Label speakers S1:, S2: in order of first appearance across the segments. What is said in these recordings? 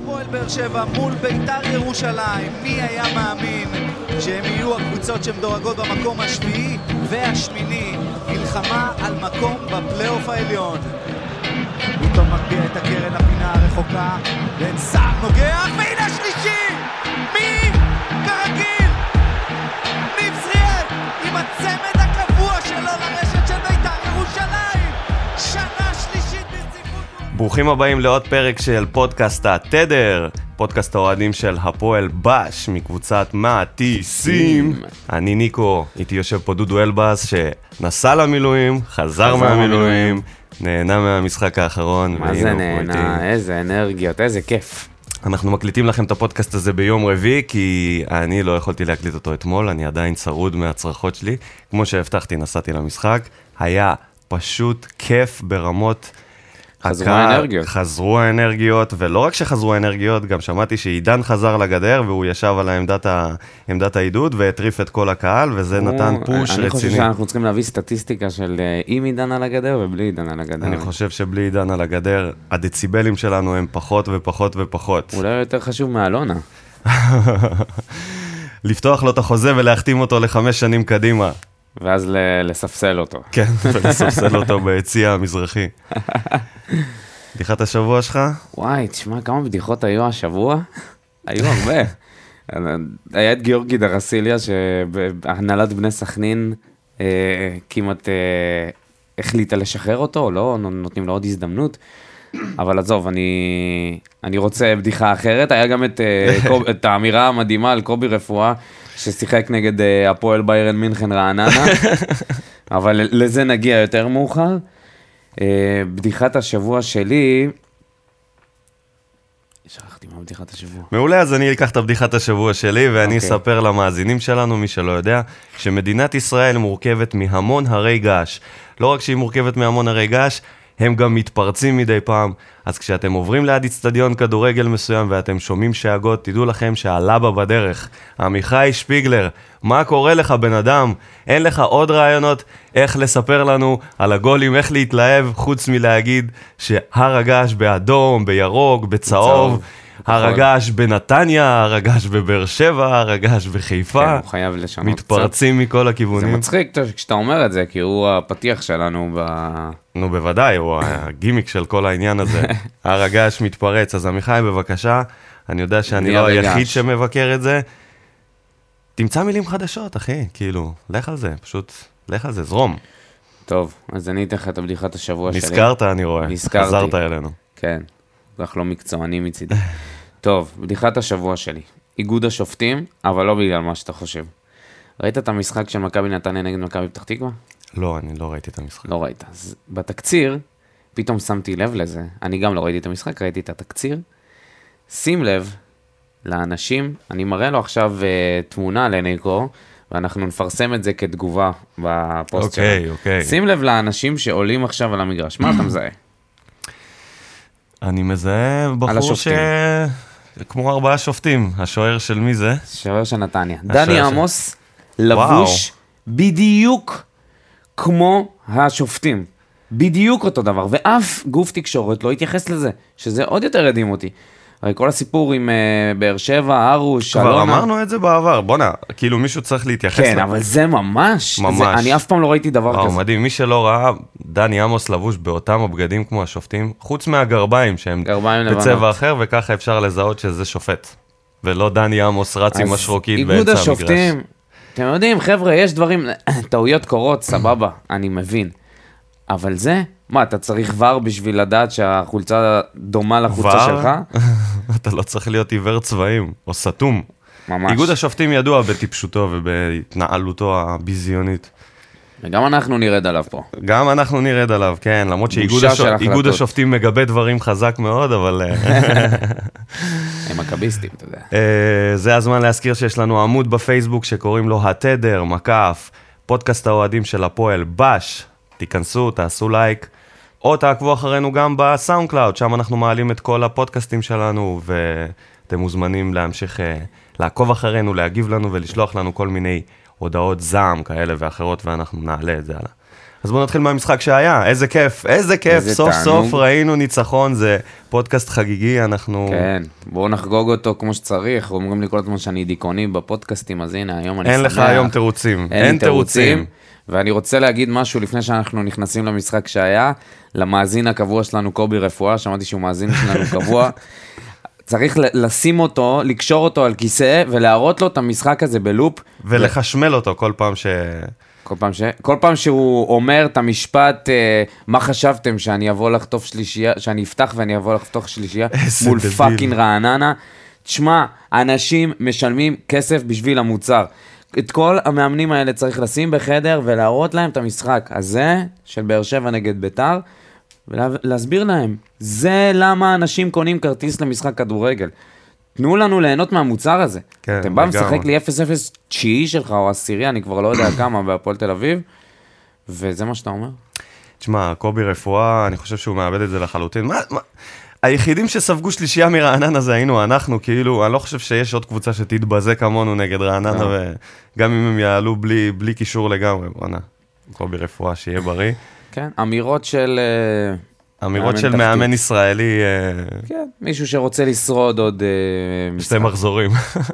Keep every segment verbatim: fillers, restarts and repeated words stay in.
S1: הפועל באר שבע מול בית"ר ירושלים. מי היה מאמין שהם יהיו הקבוצות שמדורגות במקום השביעי והשמיני, מלחמה על מקום בפלייאוף העליון. פתאום מגביה את הקרן הפינה הרחוקה, בן סער נוגח, והנה שלישי! מי? כרגיל! ניב זריאל עם הצמד הקבוע שלו לרשת של בית"ר ירושלים! שנה שלישית ברציפות.
S2: ברוכים הבאים לעוד פרק של פודקאסט התדר, פודקאסט האוהדים של הפועל בש מקבוצת מעטיסים. אני ניקו, איתי יושב פה דודו אלבאס שנסע למילואים, חזר מהמילואים, נהנה מהמשחק האחרון.
S3: מה זה נהנה? איזה אנרגיות, איזה כיף.
S2: אנחנו מקליטים לכם את הפודקאסט הזה ביום רביעי, כי אני לא יכולתי להקליט אותו אתמול, אני עדיין צרוד מהצרחות שלי. כמו שהבטחתי, נסעתי למשחק, היה פשוט כיף ברמות.
S3: חזרו האנרגיות.
S2: חזרו האנרגיות, ולא רק שחזרו האנרגיות, גם שמעתי שעידן חזר לגדר, והוא ישב על העמדת, ה... עמדת העידוד, והטריף את כל הקהל, וזה הוא... נתן פוש
S3: אני
S2: רציני.
S3: אני חושב שאנחנו צריכים להביא סטטיסטיקה של עם עידן על הגדר, ובלי עידן על הגדר.
S2: אני חושב שבלי עידן על הגדר, הדציבלים שלנו הם פחות ופחות ופחות.
S3: אולי יותר חשוב מאלונה.
S2: לפתוח לו את החוזה ולהחתים אותו לחמש שנים קדימה.
S3: ואז ל- לספסל אותו.
S2: כן, ולספסל אותו ביציע המזרחי. בדיחת השבוע שלך?
S3: וואי, תשמע, כמה בדיחות היו השבוע? היו הרבה. היה את גיאורגי דרסיליה, שהנהלת בני סכנין אה, כמעט אה, החליטה לשחרר אותו, לא נותנים לו עוד הזדמנות. אבל עזוב, אני, אני רוצה בדיחה אחרת. היה גם את, uh, את האמירה המדהימה על קובי רפואה, ששיחק נגד uh, הפועל ביירן מינכן רעננה, אבל לזה נגיע יותר מאוחר. Uh, בדיחת השבוע שלי, שכחתי מה בדיחת השבוע.
S2: מעולה, אז אני אקח את הבדיחת השבוע שלי, ואני
S3: okay.
S2: אספר למאזינים שלנו, מי שלא יודע, שמדינת ישראל מורכבת מהמון הרי געש. לא רק שהיא מורכבת מהמון הרי געש, הם גם מתפרצים מדי פעם. אז כשאתם עוברים ליד אצטדיון כדורגל מסוים ואתם שומעים שאגות, תדעו לכם שהלבה בדרך. עמיחי שפיגלר, מה קורה לך בן אדם? אין לך עוד רעיונות איך לספר לנו על הגולים, איך להתלהב, חוץ מלהגיד שהר הגעש באדום, בירוק, בצהוב, הר הגעש בנתניה, הר הגעש בבאר שבע, הר הגעש בחיפה.
S3: כן, הוא חייב לשנות.
S2: מתפרצים מכל הכיוונים.
S3: זה מצחיק כשאתה אומר את זה, כי הוא הפתיח שלנו ב...
S2: נו, בוודאי, הוא הגימיק של כל העניין הזה. הר הגעש מתפרץ. אז עמיחי, בבקשה, אני יודע שאני לא היחיד שמבקר את זה. תמצא מילים חדשות, אחי, כאילו, לך על זה, פשוט, לך על זה, זרום.
S3: טוב, אז אני אתן לך את הבדיחת השבוע שלי.
S2: נזכרת, אני רואה.
S3: נזכרתי.
S2: חזרת אלינו.
S3: כן, זה לא מקצועני מצידי. טוב, בדיחת השבוע שלי. איגוד השופטים, אבל לא בגלל מה שאתה חושב. ראית את המשחק של מכבי נתניה נגד מכבי פתח תקווה?
S2: לא, אני לא ראיתי את המשחק.
S3: לא ראית. אז בתקציר, פתאום שמתי לב לזה. אני גם לא ראיתי את המשחק, ראיתי את התקציר. שים לב לאנשים, אני מראה לו עכשיו uh, תמונה לניקו, ואנחנו נפרסם את זה כתגובה בפוסט שלנו.
S2: אוקיי, אוקיי.
S3: שים לב לאנשים שעולים עכשיו על המגרש. מה אתה מזהה?
S2: אני מזהה בחור ש... כמו ארבעה שופטים. השוער של מי זה?
S3: השוער של נתניה. דני עמוס לבוש בדיוק כמו השופטים. בדיוק אותו דבר. ואף גוף תקשורת לא התייחס לזה, שזה עוד יותר הדהים אותי. הרי כל הסיפור עם uh, באר שבע, ארוש,
S2: כבר
S3: אלונה.
S2: אמרנו את זה בעבר. בוא'נה, כאילו מישהו צריך להתייחס.
S3: כן,
S2: לה...
S3: אבל זה ממש.
S2: ממש.
S3: זה, אני אף פעם לא ראיתי דבר
S2: וואו,
S3: כזה.
S2: מדהים. מי שלא ראה, דני עמוס לבוש באותם הבגדים כמו השופטים, חוץ מהגרביים שהם בצבע אחר, וככה אפשר לזהות שזה שופט. ולא דני עמוס רץ עם משרוקית באמצע המגרש.
S3: איגוד השופטים, אתם יודעים, חבר'ה, יש דברים, טעויות קורות, סבבה, אני מבין. אבל זה, מה, אתה צריך ור בשביל לדעת שהחולצה דומה לחולצה שלך?
S2: אתה לא צריך להיות עיוור צבעים, או סתום.
S3: ממש.
S2: איגוד השופטים ידוע בטיפשותו ובהתנהלותו הביזיונית.
S3: וגם אנחנו נרד עליו פה.
S2: גם אנחנו נרד עליו, כן, למרות שאיגוד השופטים מגבה דברים חזק מאוד, אבל...
S3: הם מקביסטים, אתה יודע.
S2: זה הזמן להזכיר שיש לנו עמוד בפייסבוק שקוראים לו התדר, מקף, פודקאסט האוהדים של הפועל בש. תיכנסו, תעשו לייק, או תעקבו אחרינו גם בסאונד קלאוד, שם אנחנו מעלים את כל הפודקאסטים שלנו, ואתם מוזמנים להמשיך לעקוב אחרינו, להגיב לנו ולשלוח לנו כל מיני הודעות זעם כאלה ואחרות, ואנחנו נעלה את זה הלאה. אז בואו נתחיל מהמשחק שהיה, איזה כיף, איזה כיף,
S3: איזה
S2: סוף
S3: תענוג.
S2: סוף ראינו ניצחון, זה פודקאסט חגיגי, אנחנו...
S3: כן, בואו נחגוג אותו כמו שצריך, אומרים לי כל הזמן שאני דיכאוני בפודקאסטים, אז הנה, היום אני
S2: אין
S3: שמח.
S2: לך היום תירוצים, אין תירוצים.
S3: ואני רוצה להגיד משהו לפני שאנחנו נכנסים למשחק שהיה, למאזין הקבוע שלנו, קובי רפואה, שמעתי שהוא מאזין שלנו קבוע, צריך לשים אותו, לקשור אותו על כיסא, ולהראות לו את המשחק הזה בלופ.
S2: ולחשמל אותו כל פעם ש...
S3: כל פעם, ש... כל פעם שהוא אומר את המשפט, אה, מה חשבתם שאני אבוא לחטוף שלישייה, שאני אפתח ואני אבוא לחטוף שלישייה, מול
S2: דביל.
S3: פאקינג רעננה. תשמע, אנשים משלמים כסף בשביל המוצר. את כל המאמנים האלה צריך לשים בחדר ולהראות להם את המשחק הזה של באר שבע נגד ביתר, ולהסביר להם, זה למה אנשים קונים כרטיס למשחק כדורגל. תנו לנו ליהנות מהמוצר הזה.
S2: כן,
S3: אתם בא משחק
S2: לגמרי.
S3: לי אפס אפס תשיעי שלך או עשירי, אני כבר לא יודע כמה בהפועל תל אביב, וזה מה שאתה אומר?
S2: תשמע, קובי רפואה, אני חושב שהוא מאבד את זה לחלוטין. מה, מה? היחידים שספגו שלישייה מרעננה זה היינו אנחנו, כאילו, אני לא חושב שיש עוד קבוצה שתתבזה כמונו נגד רעננה, וגם אם הם יעלו בלי, בלי קישור לגמרי, בואנה, קובי רפואה, שיהיה בריא.
S3: כן, אמירות של...
S2: אמירות של
S3: תחתית.
S2: מאמן ישראלי, אה,
S3: כן, מישהו שרוצה לשרוד עוד אה,
S2: שתי
S3: משחק.
S2: מחזורים,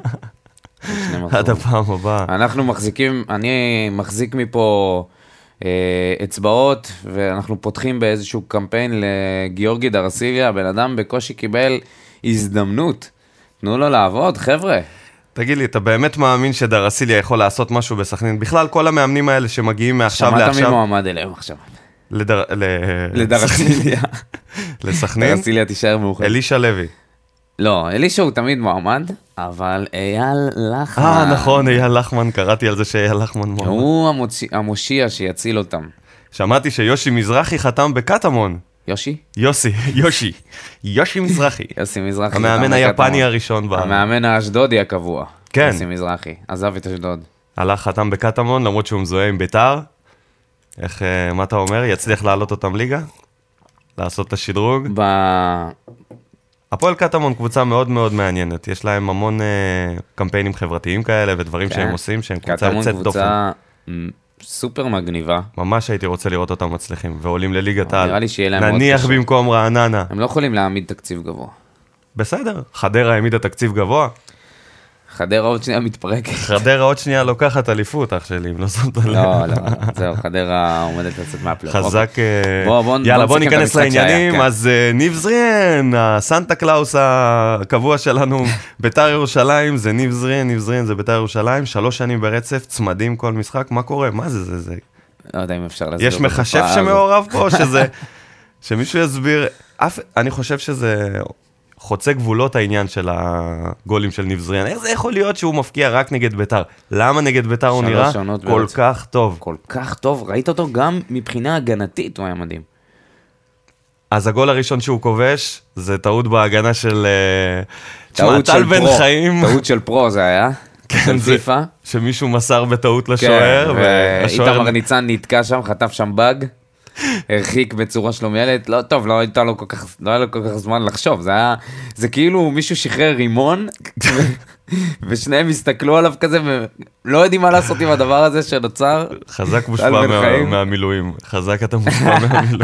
S3: שני מחזורים.
S2: עד הפעם הבאה.
S3: אנחנו מחזיקים, אני מחזיק מפה אה, אצבעות, ואנחנו פותחים באיזשהו קמפיין לגיאורגי דרסיליה, הבן אדם בקושי קיבל הזדמנות. תנו לו לעבוד, חבר'ה.
S2: תגיד לי, אתה באמת מאמין שדרסיליה יכול לעשות משהו בסכנין? בכלל, כל המאמנים האלה שמגיעים מעכשיו
S3: שמעת
S2: לעכשיו...
S3: מי מועמד אליהם עכשיו?
S2: לדר... ל...
S3: לדרסיליה.
S2: לסכנין?
S3: דרסיליה תישאר מאוחד.
S2: אלישע לוי.
S3: לא, אלישע הוא תמיד מועמד, אבל אייל לחמן.
S2: אה, נכון, אייל לחמן, קראתי על זה שאייל לחמן מועמד.
S3: הוא המוציא, המושיע שיציל אותם.
S2: שמעתי שיושי מזרחי חתם בקטמון.
S3: יושי?
S2: יוסי, יושי. יושי מזרחי.
S3: יוסי מזרחי.
S2: המאמן
S3: חתם
S2: היפני
S3: בקטמון.
S2: הראשון. ב-
S3: המאמן האשדודי הקבוע.
S2: כן.
S3: יוסי מזרחי. עזב את אשדוד.
S2: הלך חתם בקטמון, למרות שהוא מזוהה עם ביתר. איך, אה, מה אתה אומר? יצליח לעלות אותם ליגה? לעשות את השדרוג?
S3: ב...
S2: הפועל קטמון קבוצה מאוד מאוד מעניינת. יש להם המון אה, קמפיינים חברתיים כאלה ודברים
S3: כן.
S2: שהם עושים, שהם קבוצה
S3: קטמון
S2: יוצאת דופן.
S3: קבוצה מ, סופר מגניבה.
S2: ממש הייתי רוצה לראות אותם מצליחים, ועולים לליגת העל.
S3: נראה לי שיהיה להם מאוד
S2: נניח
S3: קשה.
S2: במקום רעננה.
S3: הם לא יכולים להעמיד תקציב גבוה.
S2: בסדר, חדרה העמידה תקציב גבוה.
S3: חדרה עוד שנייה מתפרקת.
S2: חדרה עוד שנייה לוקחת אליפות, אח שלי, אם לא שמת לב.
S3: לא, לא, זהו, חדרה עומדת לצאת מהפלייאוף.
S2: חזק. אה,
S3: בוא, בוא,
S2: יאללה,
S3: בוא
S2: בוא
S3: נסכם את
S2: ניכנס
S3: המשחק שהיה,
S2: לעניינים.
S3: כן.
S2: אז אה, ניב זריאן, הסנטה קלאוס הקבוע שלנו, ביתר ירושלים, זה ניב זריאן, ניב זריאן זה ביתר ירושלים, שלוש שנים ברצף, צמדים כל משחק, מה קורה? מה זה, זה, זה?
S3: לא יודע אם אפשר להסביר.
S2: יש
S3: את
S2: מחשב
S3: התופעה הזאת.
S2: שמעורב פה, שזה, שמישהו יסביר, אף, אני חושב שזה חוצה גבולות העניין של הגולים של ניב זריאן. איך זה יכול להיות שהוא מפקיע רק נגד ביתר? למה נגד ביתר הוא
S3: שלוש
S2: נראה
S3: עונות
S2: כל
S3: ברצף.
S2: כך טוב?
S3: כל כך טוב, ראית אותו גם מבחינה הגנתית, הוא היה מדהים.
S2: אז הגול הראשון שהוא כובש, זה טעות בהגנה של... אה, תשמע,
S3: טעות
S2: טל
S3: של
S2: בן
S3: פרו,
S2: חיים,
S3: טעות של פרו זה היה, של
S2: זה-
S3: פיפה.
S2: שמישהו מסר בטעות
S3: כן,
S2: לשוער, והשוער...
S3: ואיתמר ניצן נתקע שם, חטף שם באג, הרחיק בצורה שלומיאלית, לא טוב, לא הייתה לו כל כך, לא היה לו כל כך זמן לחשוב, זה היה, זה כאילו מישהו שחרר רימון, ו- ושניהם הסתכלו עליו כזה, ולא יודעים מה לעשות עם הדבר הזה שנוצר.
S2: חזק
S3: טל
S2: מושפע
S3: בן
S2: מה-
S3: חיים.
S2: מהמילואים. חזק אתה מושפע מהמילואים.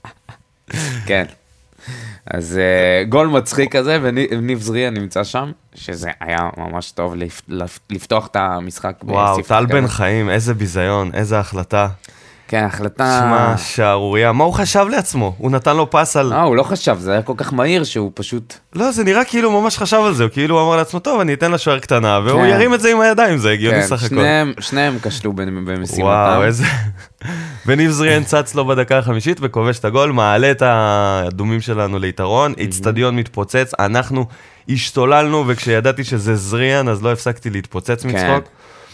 S3: כן. אז uh, גול מצחיק כזה, וניב זריאן נמצא שם, שזה היה ממש טוב לפ, לפ, לפתוח את המשחק.
S2: וואו,
S3: בספתח
S2: טל בן
S3: כזה.
S2: חיים, איזה ביזיון, איזה החלטה.
S3: כן, החלטה...
S2: שמע, שערוריה. מה הוא חשב לעצמו? הוא נתן לו פס על...
S3: אה, הוא לא חשב, זה היה כל כך מהיר שהוא פשוט...
S2: לא, זה נראה כאילו הוא ממש חשב על זה, הוא כאילו אמר לעצמו, טוב, אני אתן לשוער קטנה, והוא
S3: כן.
S2: ירים את זה עם הידיים, זה הגיוני
S3: כן,
S2: סך הכל.
S3: שניהם, שניהם כשלו במשימתם.
S2: וואו, איזה... וניב זריאן צץ לו בדקה החמישית וכובש את הגול, מעלה את האדומים שלנו ליתרון, אצטדיון מתפוצץ, אנחנו השתוללנו, וכשידעתי שזה זריאן, אז לא הפסקתי להתפוצץ מצחוק.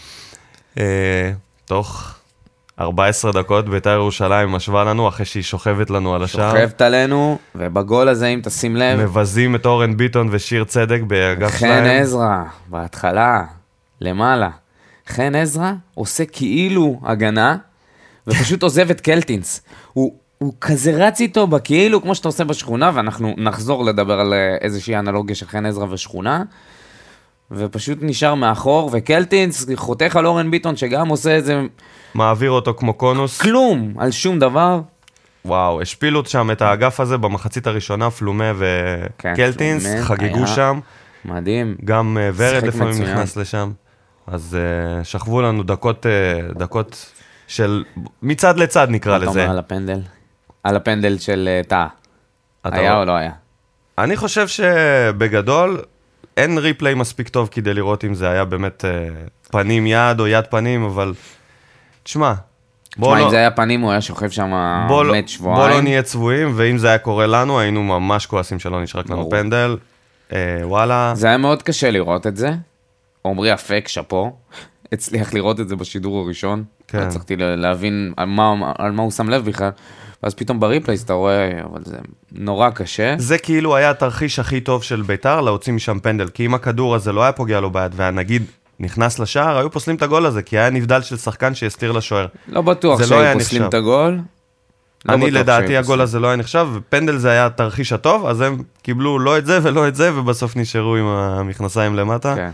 S2: אה, תוך ארבע עשרה דקות ביתר ירושלים משווה לנו, אחרי שהיא שוכבת לנו על השער.
S3: שוכבת עלינו, ובגול הזה, אם תשים לב,
S2: מבזים את אורן ביטון ושיר צדק באגף
S3: חן
S2: שלהם.
S3: עזרא, בהתחלה, למעלה. חן עזרא עושה כאילו הגנה, ופשוט עוזב את קלטינס. הוא, הוא כזה רץ איתו בכאילו, כמו שאתה עושה בשכונה, ואנחנו נחזור לדבר על איזושהי אנלוגיה של חן עזרא ושכונה. ופשוט נשאר מאחור, וקלטינס חותך על אורן ביטון, שגם עושה את זה
S2: מעביר אותו כמו קונוס.
S3: כלום, על שום דבר.
S2: וואו, השפילו שם את האגף הזה במחצית הראשונה, פלומה וקלטינס,
S3: פלומה
S2: חגגו
S3: היה
S2: שם.
S3: מדהים.
S2: גם uh, ורד
S3: שיחק
S2: לפעמים
S3: מצוין.
S2: נכנס לשם. אז uh, שכבו לנו דקות, uh, דקות של מצד לצד נקרא
S3: מה אתה
S2: לזה.
S3: אומר על הפנדל? על הפנדל של uh, תא.
S2: אתה
S3: היה
S2: רואה?
S3: או לא היה?
S2: אני חושב שבגדול אין ריפליי מספיק טוב כדי לראות אם זה היה באמת uh, פנים יד או יד פנים, אבל תשמע, בוא
S3: תשמע,
S2: לא...
S3: אם זה היה פנים, הוא היה שוכב שם
S2: בוא לא,
S3: מת שבועיים.
S2: בוא לא נהיה צבועים, ואם זה היה קורה לנו, היינו ממש כועסים שלא נשרק לנו
S3: ברור.
S2: פנדל. אה, וואלה.
S3: זה היה מאוד קשה לראות את זה. עומרי אפק, שפו, הצליח לראות את זה בשידור הראשון.
S2: כן.
S3: לא צריכתי להבין על מה, על מה הוא שם לב בכלל. ואז פתאום בריפלייס אתה רואה, אבל זה נורא קשה.
S2: זה כאילו היה התרחיש הכי טוב של ביתר, להוציא משם פנדל, כי אם הכדור הזה לא היה פוגע לו ביד, והנגיד נכנס לשער, היו פוסלים את הגול הזה, כי היה נבדל של שחקן שהסתיר לשוער.
S3: לא בטוח
S2: זה לא היה
S3: שהיו פוסלים
S2: נחשב.
S3: את הגול. לא
S2: אני
S3: בטוח
S2: לדעתי
S3: שהיו
S2: הגול
S3: פוסלים.
S2: הזה לא היה נחשב, ופנדל זה היה התרחיש הטוב, אז הם קיבלו לא את זה ולא את זה, ובסוף נשארו עם המכנסיים למטה.
S3: כן.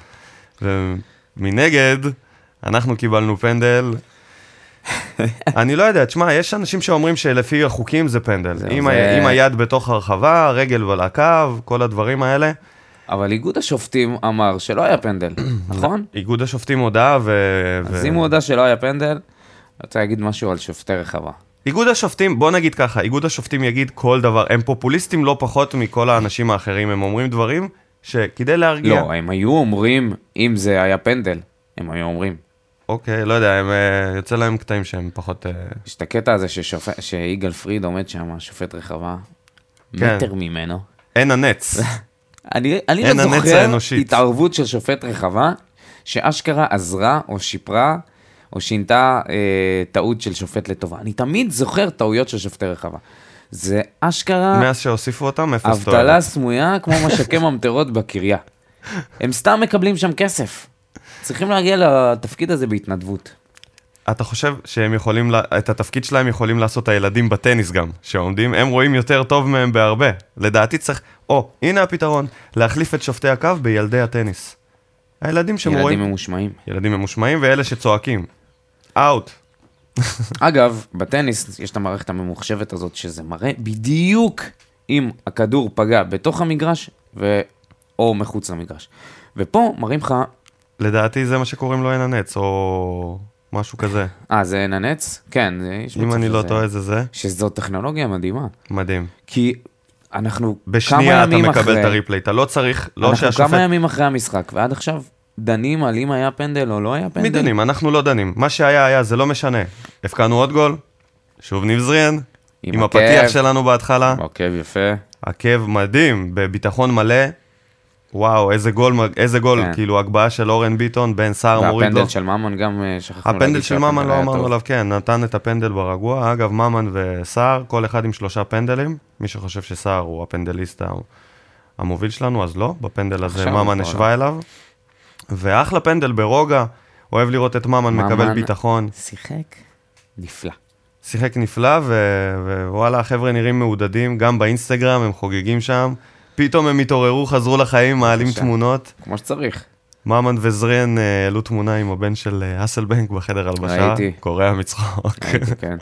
S2: ומנגד, אנחנו קיבלנו פנדל. אני לא יודע, תשמע, יש אנשים שאומרים שלפי החוקים זה פנדל.
S3: זהו,
S2: אם
S3: זה-
S2: ה- אם היד בתוך הרחבה, רגל על הקו, כל הדברים האלה.
S3: אבל איגוד השופטים אמר שלא היה פנדל, נכון?
S2: איגוד השופטים הודעה ו...
S3: אז
S2: ו-
S3: אם הוא הודע שלא היה פנדל, אני רוצה להגיד משהו על שופטי רחבה.
S2: איגוד השופטים, בוא נגיד ככה, איגוד השופטים יגיד כל דבר, הם פופוליסטים לא פחות מכל האנשים האחרים, הם אומרים דברים שכדי להרגיע...
S3: לא, הם היו אומרים, אם זה היה פנדל, הם היו אומרים.
S2: אוקיי, לא יודע, הם, אה, יוצא להם קטעים שהם פחות... אה,
S3: יש את הקטע הזה ששופט- שיגאל פריד עומד שם, שופט רחבה,
S2: כן.
S3: מטר ממנו.
S2: אין הנץ.
S3: אני, אני
S2: אין
S3: לא
S2: הנץ
S3: זוכר
S2: האנושית.
S3: התערבות של שופט רחבה, שאשכרה עזרה או שיפרה או שינתה אה, טעות של שופט לטובה. אני תמיד זוכר טעויות של שופטי רחבה. זה אשכרה
S2: מאז שהוסיפו אותם, אפס
S3: אבטלה
S2: תועלת.
S3: סמויה כמו משקי ממטרות בקריה. הם סתם מקבלים שם כסף. צריכים להגיע לתפקיד הזה בהתנדבות.
S2: אתה חושב שהם יכולים, לה- את התפקיד שלהם יכולים לעשות הילדים בטניס גם, שעומדים, הם רואים יותר טוב מהם בהרבה. לדעתי צריך, או, הנה הפתרון, להחליף את שופטי הקו בילדי הטניס. הילדים שהם
S3: ילדים
S2: רואים,
S3: ממושמעים.
S2: ילדים ממושמעים ואלה שצועקים. אאוט.
S3: אגב, בטניס יש את המערכת הממוחשבת הזאת, שזה מראה בדיוק אם הכדור פגע בתוך המגרש ו... או מחוץ למגרש. ופה מראים לך,
S2: לדעתי זה מה שקוראים לו אין הנץ, או משהו כזה.
S3: אה, זה ננץ? כן, זה- יש
S2: אם
S3: מצב
S2: אני לא
S3: שזה-
S2: טועה זה זה,
S3: שזו טכנולוגיה מדהימה.
S2: מדהים.
S3: כי אנחנו כמה
S2: בשנייה אתה
S3: ימים
S2: מקבל
S3: אחרי,
S2: את הריפלי, אתה לא צריך, לא
S3: אנחנו
S2: שהשופט...
S3: כמה ימים אחרי המשחק, ועד עכשיו דנים על אם היה פנדל או לא היה פנדל.
S2: מי דנים? אנחנו לא דנים. מה שהיה היה, זה לא משנה. הפקענו עוד גול, שוב ניב זריאן,
S3: עם
S2: עם
S3: עקב.
S2: הפתיח שלנו בהתחלה.
S3: עוקב יפה.
S2: עקב מדהים, בביטחון מלא. וואו, איזה גול, איזה גול,
S3: כן.
S2: כאילו הגבהה של אורן ביטון, בן סער מוריד לו.
S3: והפנדל של ממן גם אה, שכחנו להגיד
S2: הפנדל של ממן לא
S3: היה
S2: אמרנו
S3: טוב.
S2: עליו, כן, נתן את הפנדל ברגוע. אגב, ממן וסער, כל אחד עם שלושה פנדלים. מי שחושב שסער הוא הפנדליסט המוביל שלנו, אז לא. בפנדל הזה
S3: עכשיו
S2: ממן
S3: הוא
S2: השווה אליו. ואחלה פנדל ברוגע, אוהב לראות את ממן מקבל
S3: ממן
S2: ביטחון.
S3: שיחק נפלא.
S2: שיחק נפלא, ו- ווואלה, החבר'ה נראים מעודדים, גם באינסטגרם הם חוגגים שם. פתאום הם התעוררו, חזרו לחיים, מעלים
S3: בבקשה.
S2: תמונות.
S3: כמו שצריך.
S2: ממן וזריאן אה, העלו תמונה עם הבן של אה, אסלבנק בחדר הלבשה.
S3: ראיתי.
S2: קורע מצחוק.
S3: ראיתי, כן.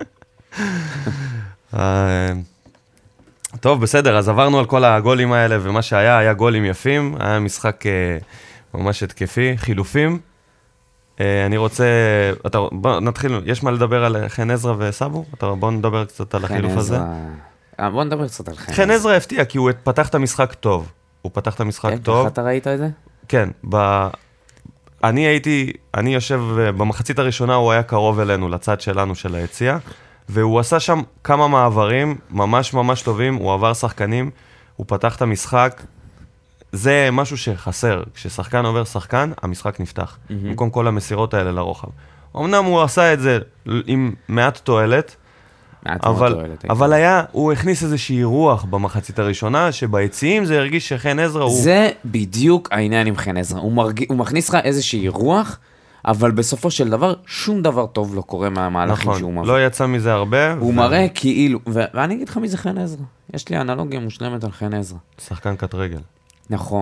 S2: אה, טוב, בסדר, אז עברנו על כל הגולים האלה, ומה שהיה, היה גולים יפים, היה משחק אה, ממש התקפי, חילופים. אה, אני רוצה, אתה, בוא נתחיל, יש מה לדבר על חן עזרא וסאבו? אתה, בוא נדבר קצת על החילוף
S3: חן
S2: הזה.
S3: עזרא- אה, בוא נדבר קצת על חן
S2: חן עזרא הפתיע, כי הוא פתח את המשחק טוב. הוא פתח את המשחק
S3: כן,
S2: טוב.
S3: איך אתה ראית את זה?
S2: כן, ב... אני הייתי, אני יושב, במחצית הראשונה הוא היה קרוב אלינו, לצד שלנו של היציאה, והוא עשה שם כמה מעברים ממש ממש טובים, הוא עבר שחקנים, הוא פתח את המשחק, זה משהו שחסר, כששחקן עובר שחקן, המשחק נפתח,
S3: מהמם.
S2: במקום כל המסירות האלה לרוחב. אמנם הוא עשה את זה עם מעט תועלת,
S3: מעט מאוד
S2: אבל,
S3: תועלת,
S2: אבל היה, הוא הכניס איזושהי רוח במחצית הראשונה, שביציאים זה הרגיש שחן עזרא הוא...
S3: זה בדיוק העניין עם חן עזרא. הוא, מרג... הוא מכניס לך איזושהי רוח, אבל בסופו של דבר, שום דבר טוב לא קורה מהמהלכים שהוא
S2: נכון,
S3: מביא.
S2: לא יצא מזה הרבה.
S3: הוא
S2: ו-
S3: מראה כאילו, ו... ואני אגיד לך מי זה חן עזרא. יש לי אנלוגיה מושלמת על חן עזרא.
S2: שחקן קט רגל.
S3: נכון,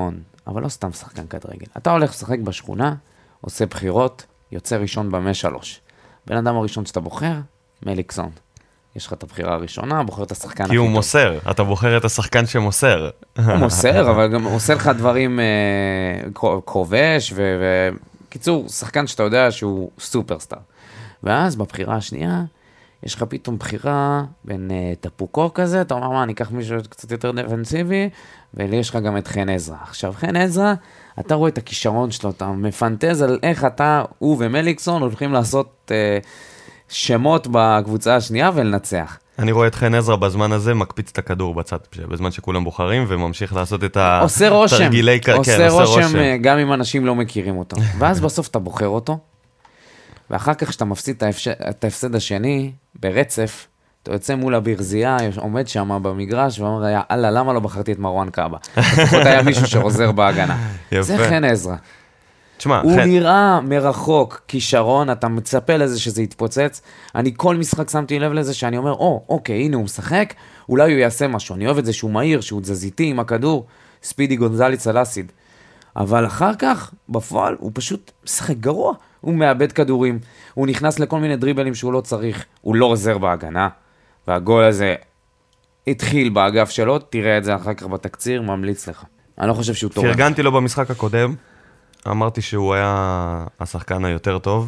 S3: אבל לא סתם שחקן כדורגל. אתה הולך לשחק בשכונה, עושה בחירות, יוצא ראשון במש שלוש. בן אדם הראשון שאתה בוחר, מליקסון. יש לך את הבחירה הראשונה, בוחר את השחקן הכי
S2: כי
S3: טוב.
S2: הוא מוסר, אתה בוחר את השחקן שמוסר.
S3: הוא מוסר, אבל גם עושה לך דברים אה, כובש, וקיצור, שחקן שאתה יודע שהוא סופרסטאר. ואז בבחירה השנייה, יש לך פתאום בחירה בין uh, טפוקו כזה, אתה אומר, מה, אני אקח מישהו קצת יותר דפנסיבי, ויש לך גם את חן עזרא. עכשיו, חן עזרא, אתה רואה את הכישרון שלו, אתה מפנטז על איך אתה, הוא ומליקסון, הולכים לעשות uh, שמות בקבוצה השנייה ולנצח.
S2: אני רואה את חן עזרא בזמן הזה, מקפיץ את הכדור בצד, בזמן שכולם בוחרים, וממשיך לעשות את התרגילי...
S3: עושה רושם,
S2: כן,
S3: עושה רושם גם אם אנשים לא מכירים אותו. ואז בסוף אתה בוחר אותו, ואחר כך שאתה מפסיד את ההפסד השני, ברצף, אתה יוצא מול הברזייה, עומד שם במגרש, ואומר, יאללה, למה לא בחרתי את מרואן קאבה? לפחות היה מישהו שעוזר בהגנה. זה חן עזרא.
S2: תשמע,
S3: הוא נראה מרחוק כישרון, אתה מצפה לזה שזה יתפוצץ. אני כל משחק שמתי לב לזה שאני אומר, או, אוקיי, הנה הוא משחק, אולי הוא יעשה משהו. אני אוהב את זה שהוא מהיר, שהוא תזזיתי עם הכדור, ספידי גונזליס על אסיד. אבל אחר כך, בפועל, הוא פשוט משחק גרוע. הוא מאבד כדורים, הוא נכנס לכל מיני דריבלים שהוא לא צריך, הוא לא עוזר בהגנה, והגול הזה התחיל באגף שלו, תראה את זה אחר כך בתקציר, ממליץ לך. אני לא חושב שהוא טוב.
S2: פרגנתי לו במשחק הקודם, אמרתי שהוא היה השחקן היותר טוב,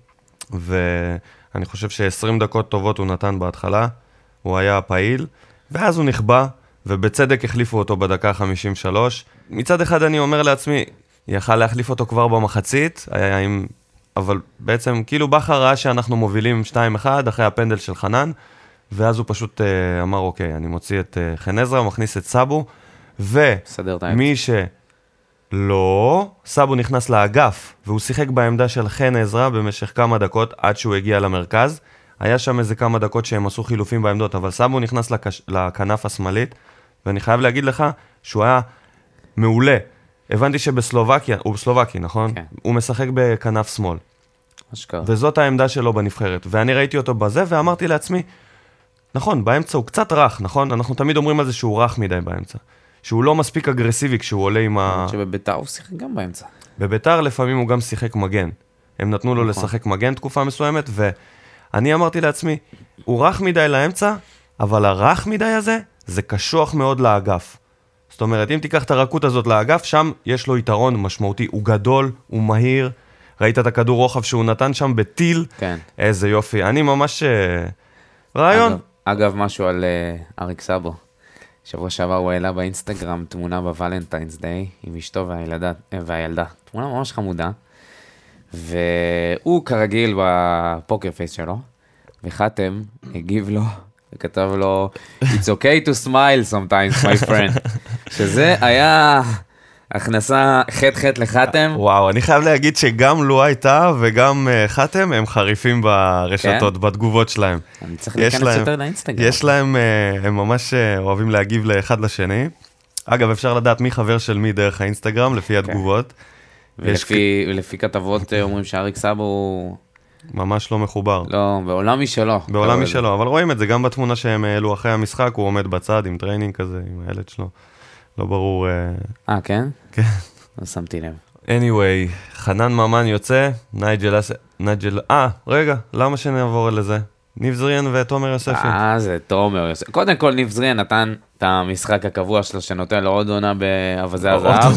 S2: ואני חושב ש-עשרים דקות טובות הוא נתן בהתחלה, הוא היה פעיל, ואז הוא נכבה, ובצדק החליפו אותו בדקה חמישים ושלוש. מצד אחד אני אומר לעצמי, יכל להחליף אותו כבר במחצית, היה עם... אבל בעצם כאילו בכר ראה שאנחנו מובילים שתיים אחד אחרי הפנדל של חנן, ואז הוא פשוט uh, אמר, אוקיי, אני מוציא את uh, חן עזרא, מכניס את סאבו, ומי שלא, סאבו נכנס לאגף, והוא שיחק בעמדה של חן עזרא במשך כמה דקות, עד שהוא הגיע למרכז. היה שם איזה כמה דקות שהם עשו חילופים בעמדות, אבל סאבו נכנס לקש... לכנף השמאלית, ואני חייב להגיד לך שהוא היה מעולה. הבנתי שבסלובקיה, הוא בסלובקי, נכון? כן. הוא משחק בכנף שמאל.
S3: אשכרה.
S2: וזאת העמדה שלו בנבחרת. ואני ראיתי אותו בזה, ואמרתי לעצמי, נכון, באמצע הוא קצת רך, נכון? אנחנו תמיד אומרים על זה שהוא רך מדי באמצע. שהוא לא מספיק אגרסיבי כשהוא עולה עם ה...
S3: שבביתר הוא שיחק גם באמצע.
S2: בביתר לפעמים הוא גם שיחק מגן. הם נתנו לו נכון. לשחק מגן תקופה מסוימת, ואני אמרתי לעצמי, הוא רך מדי לאמצע, אבל הרך מדי הזה, זה קשוח מאוד לאגף. זאת אומרת, אם תיקח את הרכות הזאת לאגף, שם יש לו יתרון משמעותי. הוא גדול, הוא מהיר. ראית את הכדור רוחב שהוא נתן שם בטיל?
S3: כן.
S2: איזה יופי. אני ממש... רעיון.
S3: אגב, אגב משהו על uh, אריק סאבו. שבוע שעבר הוא העלה באינסטגרם תמונה בוולנטיינס דיי, עם אשתו והילדה, והילדה. תמונה ממש חמודה. והוא כרגיל בפוקר פייס שלו, וחתם הגיב לו... וכתב לו, It's okay to smile sometimes, my friend. שזה היה הכנסה חט-חט לחתם.
S2: וואו, אני חייב להגיד שגם לו הייתה וגם חתם, הם חריפים ברשתות, בתגובות שלהם.
S3: אני צריך להיכנס יותר לאינסטגרם.
S2: יש להם, הם ממש אוהבים להגיב לאחד לשני. אגב, אפשר לדעת מי חבר של מי דרך האינסטגרם, לפי התגובות.
S3: ולפי כתבות אומרים שאריק סאבו הוא...
S2: ממש לא מחובר.
S3: לא, בעולם משלו.
S2: בעולם משלו, אבל רואים את זה, גם בתמונה שהם העלו אחרי המשחק, הוא עומד בצד עם טריינינג כזה, עם הילד שלו. לא ברור...
S3: אה, כן?
S2: כן.
S3: לא שמתי לב.
S2: anyway, חנן ממן יוצא, נייג'ל... נייג'ל... אה, רגע, למה שנעבור לזה? ניב זריאן ותומר יוספי.
S3: אה, זה תומר יוספי. קודם כל, ניב זריאן נתן את המשחק הקבוע שלו, שנותן לו עוד עונה באבזי הזהב.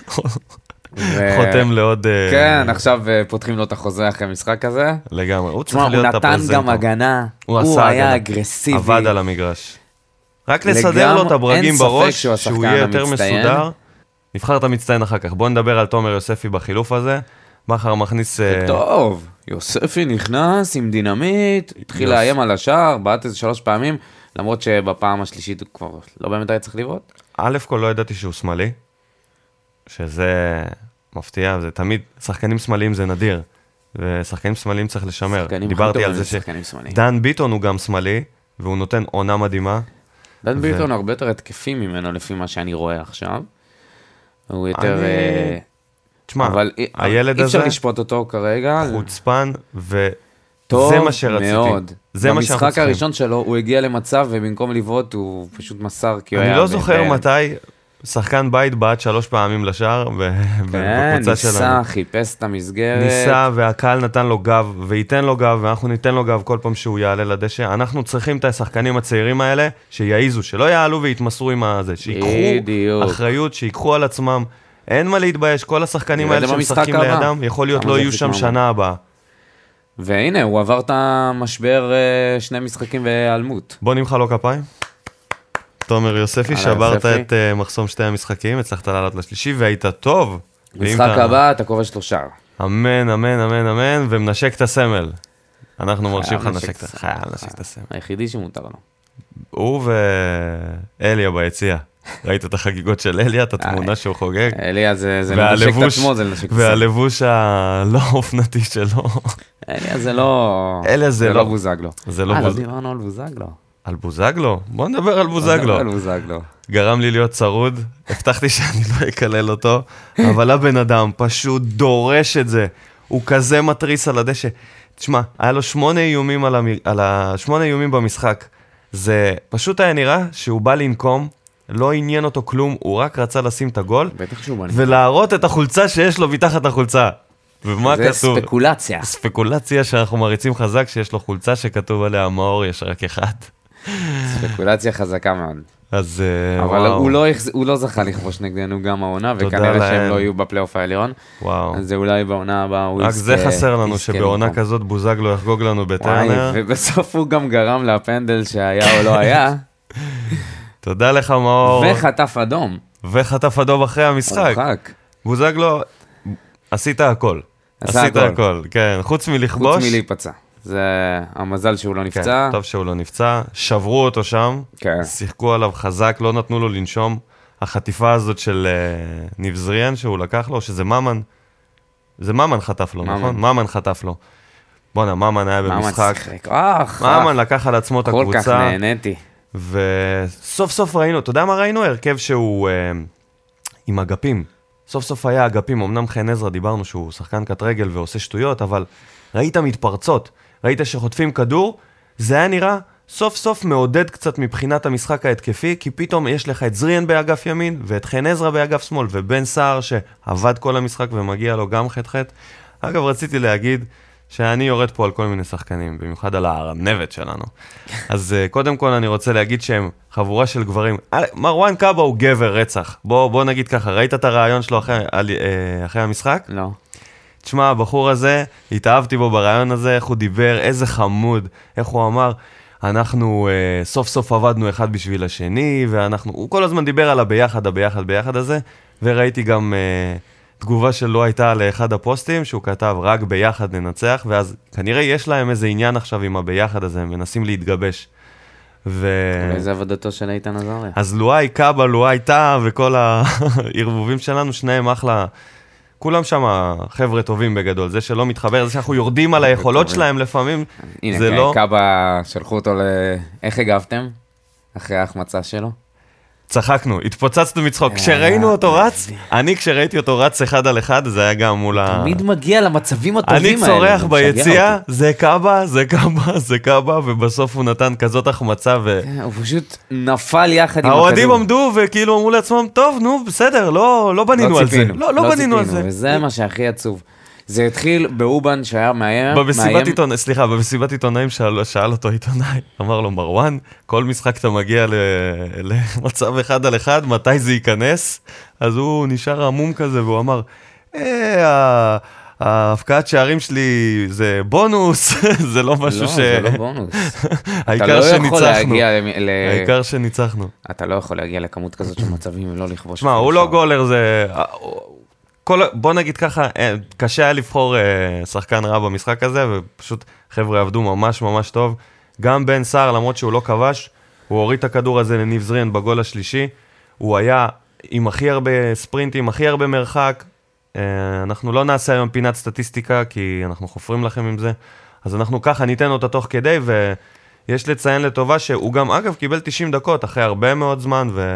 S2: חותם לעוד...
S3: כן, עכשיו פותחים לו את החוזה אחרי המשחק הזה.
S2: לגמרי, הוא
S3: צריך להיות הפרזנטור. הוא נתן גם הגנה, הוא היה אגרסיבי.
S2: עבד על המגרש. רק לסדר לו את הברגים בראש, שהוא יהיה יותר מסודר. נבחר את המצטיין אחר כך. בואו נדבר על תומר יוספי בחילוף הזה. בכר מכניס...
S3: טוב, יוספי נכנס עם דינמיט, התחיל לאיים על השער, בעט איזה שלוש פעמים, למרות שבפעם השלישית הוא כבר לא באמת היה צריך לבעוט.
S2: א' כל לא ידעתי שהוא שמאלי. שזה מפתיע, זה תמיד, שחקנים שמאליים זה נדיר, ושחקנים שמאליים צריך לשמר. דיברתי על זה שדן ביטון הוא גם שמאלי, והוא נותן עונה מדהימה.
S3: דן ביטון הרבה יותר התקפי ממנו, לפי מה שאני רואה עכשיו. הוא יותר...
S2: תשמע, הילד הזה...
S3: אי אפשר לשפוט אותו כרגע.
S2: חוצפן, וזה מה שרציתי. טוב מאוד.
S3: במשחק הראשון שלו, הוא הגיע למצב, ובמקום לבעוט, הוא פשוט מסר, כי הוא היה...
S2: אני לא זוכר מתי... שחקן בית בעט שלוש פעמים לשער,
S3: כן,
S2: בקבוצה שלנו.
S3: ניסה, חיפש את המסגרת.
S2: ניסה, והקהל נתן לו גב, וייתן לו גב, ואנחנו ניתן לו גב כל פעם שהוא יעלה לדשא. אנחנו צריכים את השחקנים הצעירים האלה, שיעיזו, שלא יעלו ויתמסרו עם הזה, שיקחו אחריות, שיקחו על עצמם. אין מה להתבייש, כל השחקנים האלה שמשחקים לידם, יכול להיות לא יהיו שם שנה הבאה.
S3: והנה, הוא עבר את המשבר שני משחקים והיעלמות.
S2: בוא נמחא לו כפיים. תומר יוספי, שברת את מחסום שתי המשחקים, הצלחת לעלות לשלישי, והיית טוב.
S3: משחק הבא, אתה כובש לו שער.
S2: אמן, אמן, אמן, אמן, ומנשק את הסמל. אנחנו מרשים לך לנשק את הסמל.
S3: היחידי שמותר לו.
S2: הוא ואליה ביציאה. ראית את החגיגות של אליה, את התמונה שהוא חוגג?
S3: אליה זה לנשק את עצמו, זה לנשק את הסמל.
S2: והלבוש הלא אופנתי שלו.
S3: אליה זה לא...
S2: אליה זה לא...
S3: בוזגלו.
S2: זה לא
S3: בוזגלו.
S2: בוזגלו.
S3: אה, לא דיברנו על בוזגלו.
S2: על בוזגלו? בוא נדבר על בוזגלו.
S3: על בוזגלו.
S2: גרם לי להיות צרוד, הבטחתי שאני לא אקלל אותו, אבל הבן אדם פשוט דורש את זה. הוא כזה מטריס על הדשא. תשמע, היה לו שמונה איומים על, המ... על ה... שמונה איומים במשחק. זה פשוט היה נראה שהוא בא לנקום, לא עניין אותו כלום, הוא רק רצה לשים את הגול, ולהראות את החולצה שיש לו מתחת החולצה. ומה
S3: זה
S2: כתוב?
S3: ספקולציה.
S2: ספקולציה שאנחנו מריצים חזק, שיש לו חולצה שכתוב עליה מאור, יש רק אחד.
S3: ספקולציה חזקה מאוד.
S2: אז
S3: אבל וואו. הוא לא, הוא לא זכה לכבוש נגדנו גם העונה, וכנראה להם. שהם לא יהיו בפלייאוף העליון.
S2: וואו.
S3: אז זה אולי בעונה הבאה הוא יזכה.
S2: רק זה חסר לנו, שבעונה מקום. כזאת בוזגלו יחגוג לנו בטרנר.
S3: ובסוף הוא גם גרם לפנדל שהיה או לא היה.
S2: תודה לך מאור.
S3: וחטף אדום.
S2: וחטף אדום אחרי המשחק. בוזגלו, עשית הכל. עשית הכל, כן. חוץ מלכבוש.
S3: חוץ מלהיפצע. זה המזל שהוא לא נפצע.
S2: כן, טוב שהוא לא נפצע. שברו אותו שם. כן. שיחקו עליו חזק, לא נתנו לו לנשום. החטיפה הזאת של uh, ניב זריאן שהוא לקח לו, שזה ממן. זה ממן חטף לו, ממן. נכון? ממן חטף לו. בוא'נה, ממן היה במשחק. ממן לקח על עצמו את הקבוצה.
S3: כל כך נהניתי.
S2: וסוף סוף ראינו, אתה יודע מה ראינו? הרכב שהוא uh, עם אגפים. סוף סוף היה אגפים, אמנם חן עזרא דיברנו שהוא שחקן קט רגל ועושה שטויות, אבל ראית מתפרצות, ראית שחוטפים כדור, זה היה נראה סוף סוף מעודד קצת מבחינת המשחק ההתקפי, כי פתאום יש לך את זריאן באגף ימין, ואת חן עזרא באגף שמאל, ובן סער שעבד כל המשחק ומגיע לו גם חטחט. אגב, רציתי להגיד שאני יורד פה על כל מיני שחקנים, במיוחד על הארנבת שלנו. אז קודם כל אני רוצה להגיד שהם חבורה של גברים. מרואן קאבה הוא גבר רצח. בוא, בוא נגיד ככה, ראית את הרעיון שלו אחרי, אחרי המשחק?
S3: לא.
S2: תשמע, הבחור הזה, התאהבתי בו ברעיון הזה, איך הוא דיבר, איזה חמוד, איך הוא אמר, אנחנו אה, סוף סוף עבדנו אחד בשביל השני, ואנחנו, הוא כל הזמן דיבר על הביחד, הביחד, ביחד הזה, וראיתי גם אה, תגובה שלו הייתה לאחד הפוסטים, שהוא כתב רק ביחד ננצח, ואז כנראה יש להם איזה עניין עכשיו עם הביחד הזה, הם מנסים להתגבש. ו...
S3: איזה עבודתו של איתן עזריה.
S2: אז לואי קאבה, לואי טאה, וכל הערבובים שלנו, שניהם אחלה, כולם שם חבר'ה טובים בגדול, זה שלא מתחבר, זה שאנחנו יורדים על היכולות שלהם לפעמים, זה לא...
S3: הנה, קאבה שלחו אותו ל... איך הגבתם? אחרי ההחמצה שלו?
S2: צחקנו, התפוצצנו מצחוק. כשראינו אותו רץ, אני כשראיתי אותו רץ אחד על אחד, זה היה גם מול ה...
S3: תמיד מגיע למצבים הטובים האלה.
S2: אני צורח ביציאה, זה קאבה, זה קאבה, זה קאבה, ובסוף הוא נתן כזאת החמצה ו...
S3: הוא פשוט נפל יחד עם הכדור.
S2: האוהדים עמדו וכאילו אמרו לעצמם, טוב, נו, בסדר, לא בנינו על זה. לא בנינו על זה.
S3: וזה מה שהכי עצוב. זה התחיל באובן שהיה מאיים.
S2: במסיבת עיתונאים, סליחה, במסיבת עיתונאים שאל, שאל אותו עיתונאי, אמר לו, מרואן, כל משחק אתה מגיע למצב אחד על אחד, מתי זה ייכנס? אז הוא נשאר עמום כזה, והוא אמר, אה, ההפקעת שערים שלי זה בונוס, זה לא משהו ש...
S3: לא, זה לא בונוס.
S2: העיקר שניצחנו. העיקר שניצחנו.
S3: אתה לא יכול להגיע לכמות כזאת של מצבים ולא לכבוש.
S2: שמע, הוא לא גולר, זה... כל, בוא נגיד ככה, קשה היה לבחור אה, שחקן רע במשחק הזה, ופשוט חבר'ה עבדו ממש ממש טוב. גם בן סער, למרות שהוא לא כבש, הוא הוריד את הכדור הזה לניב זריאן בגול השלישי, הוא היה עם הכי הרבה ספרינטים, הכי הרבה מרחק. אה, אנחנו לא נעשה היום פינת סטטיסטיקה, כי אנחנו חופרים לכם עם זה. אז אנחנו ככה ניתן אותה תוך כדי, ויש לציין לטובה שהוא גם, אגב, קיבל תשעים דקות אחרי הרבה מאוד זמן, ו...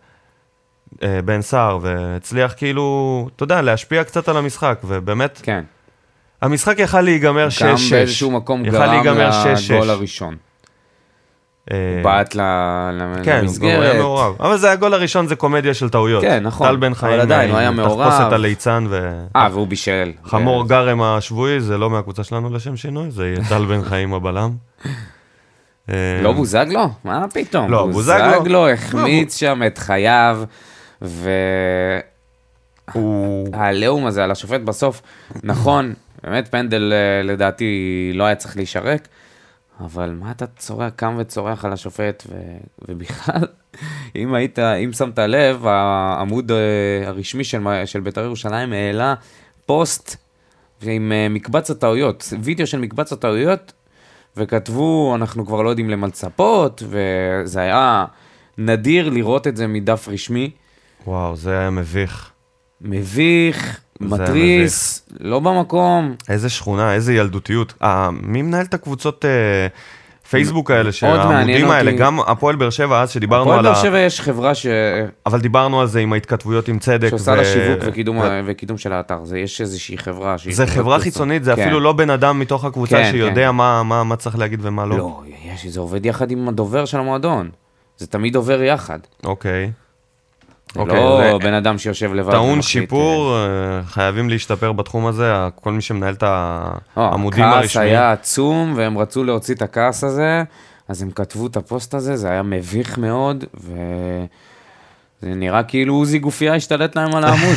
S2: בן סער, והצליח כאילו, אתה יודע, להשפיע קצת על המשחק, ובאמת,
S3: כן.
S2: המשחק יכל להיגמר שש שש.
S3: גם באיזשהו מקום גרם לגול הראשון. בעט למסגרת.
S2: כן, הוא היה מעורב. אבל זה הגול הראשון, זה קומדיה של טעויות.
S3: כן, נכון.
S2: טל בן חיים,
S3: אבל עדיין, הוא היה מעורב.
S2: תחפושת הליצן ו...
S3: אה, והוא בישל.
S2: חמור גרם השבועי, זה לא מהקבוצה שלנו לשם שינוי, זה יהיה טל בן חיים הבלם.
S3: לא בוזגלו? מה פתאום?
S2: לא, בוזגלו.
S3: בוזגלו החמיץ שם את חייו, והעליהום הזה על השופט בסוף, נכון, באמת פנדל לדעתי לא היה צריך להישרק, אבל מה אתה צורח, קם וצורח על השופט, ובכלל, אם היית, אם שמת לב, העמוד הרשמי של בית"ר ירושלים העלה פוסט עם מקבץ הטעויות, וידאו של מקבץ הטעויות, וכתבו, אנחנו כבר לא יודעים למה לצפות, וזה היה נדיר לראות את זה מדף רשמי.
S2: וואו, זה היה מביך.
S3: מביך, מטריס, לא במקום.
S2: איזה שכונה, איזה ילדותיות. אה, מי מנהל את הקבוצות אה, פייסבוק האלה, שהעמודים האלה, אותי. גם הפועל באר שבע, אז שדיברנו על ה...
S3: הפועל באר שבע יש חברה ש...
S2: אבל דיברנו על זה עם ההתכתבויות עם צדק.
S3: שעושה ו... לה שיווק וקידום, ו... וקידום של האתר. זה יש איזושהי חברה.
S2: זה חברה חיצונית, זה כן. אפילו לא בן אדם מתוך הקבוצה כן, שיודע כן. מה, מה, מה צריך להגיד ומה לא.
S3: לא, יש, זה עובד יחד עם הדובר של המועדון. זה תמיד עובר יחד.
S2: אוקיי.
S3: אוקיי, לא בן אדם שיושב לבד.
S2: טעון שיפור, חייבים להשתפר בתחום הזה, כל מי שמנהל את העמודים הרשמיים.
S3: הכעס היה עצום, והם רצו להוציא את הכעס הזה, אז הם כתבו את הפוסט הזה, זה היה מביך מאוד, וזה נראה כאילו עוזי גופיה השתלט להם על העמוד.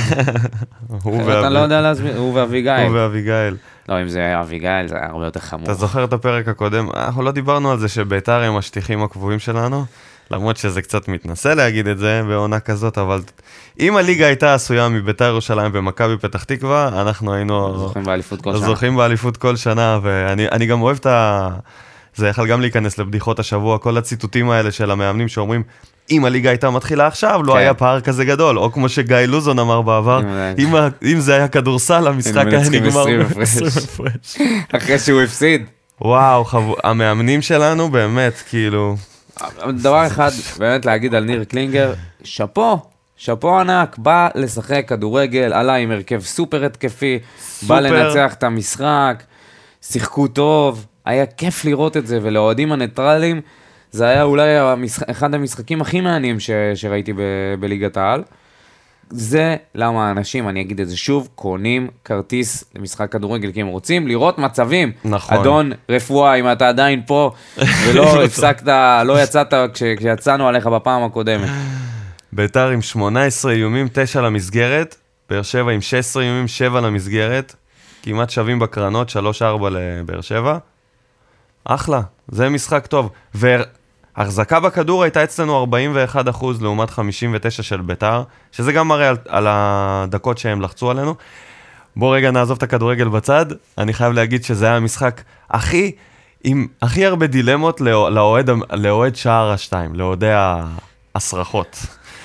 S3: אתה לא יודע להסביר, הוא ואביגיל.
S2: הוא ואביגיל.
S3: לא, אם זה היה אביגיל, זה היה הרבה יותר חמור.
S2: אתה זוכר את הפרק הקודם? אנחנו לא דיברנו על זה שבית"ר הם השטיחים הקבועים שלנו, למרות שזה קצת מתנסה להגיד את זה בעונה כזאת, אבל אם הליגה הייתה עשויה מבית"ר ירושלים ומכבי פתח תקווה, אנחנו היינו...
S3: זוכים באליפות כל שנה.
S2: זוכים באליפות כל שנה, ואני גם אוהב את ה... זה יכול גם להיכנס לבדיחות השבוע, כל הציטוטים האלה של המאמנים שאומרים, אם הליגה הייתה מתחילה עכשיו, לא היה פער כזה גדול, או כמו שגיא לוזון אמר בעבר, אם זה היה כדורסל, המשחק היה נגמר עשרים הפרש.
S3: אחרי שהוא הפסיד.
S2: וואו, המאמנים שלנו באמת, כאילו...
S3: דבר אחד, באמת להגיד על ניר קלינגר, שפו, שפו ענק, בא לשחק כדורגל, עלה עם הרכב סופר התקפי, בא לנצח את המשחק, שיחקו טוב, היה כיף לראות את זה, ולאוהדים הניטרלים, זה היה אולי המשח... אחד המשחקים הכי מעניינים ש... שראיתי ב... בליגת העל. זה למה האנשים, אני אגיד את זה שוב, קונים כרטיס למשחק כדורגל, כי הם רוצים לראות מצבים.
S2: נכון.
S3: אדון רפואה, אם אתה עדיין פה, ולא הפסקת, לא יצאת כש... כשיצאנו עליך בפעם הקודמת.
S2: בית"ר עם שמונה עשרה איומים, תשע למסגרת, באר שבע עם שש עשרה איומים, שבע למסגרת, כמעט שווים בקרנות, שלוש ארבע לבאר שבע. אחלה, זה משחק טוב. והחזקה בכדור הייתה אצלנו ארבעים ואחד אחוז לעומת חמישים ותשע של בית"ר, שזה גם מראה על, על הדקות שהם לחצו עלינו. בוא רגע נעזוב את הכדורגל בצד, אני חייב להגיד שזה היה המשחק הכי, עם הכי הרבה דילמות לאוהד, לאוהד שער השתיים, לאוהדי הסרחות.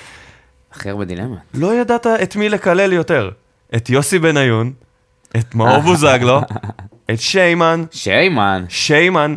S3: הכי הרבה דילמות?
S2: לא ידעת את מי לקלל יותר, את יוסי בניון, את מאור בוזגלו, את שיימן.
S3: שיימן.
S2: שיימן.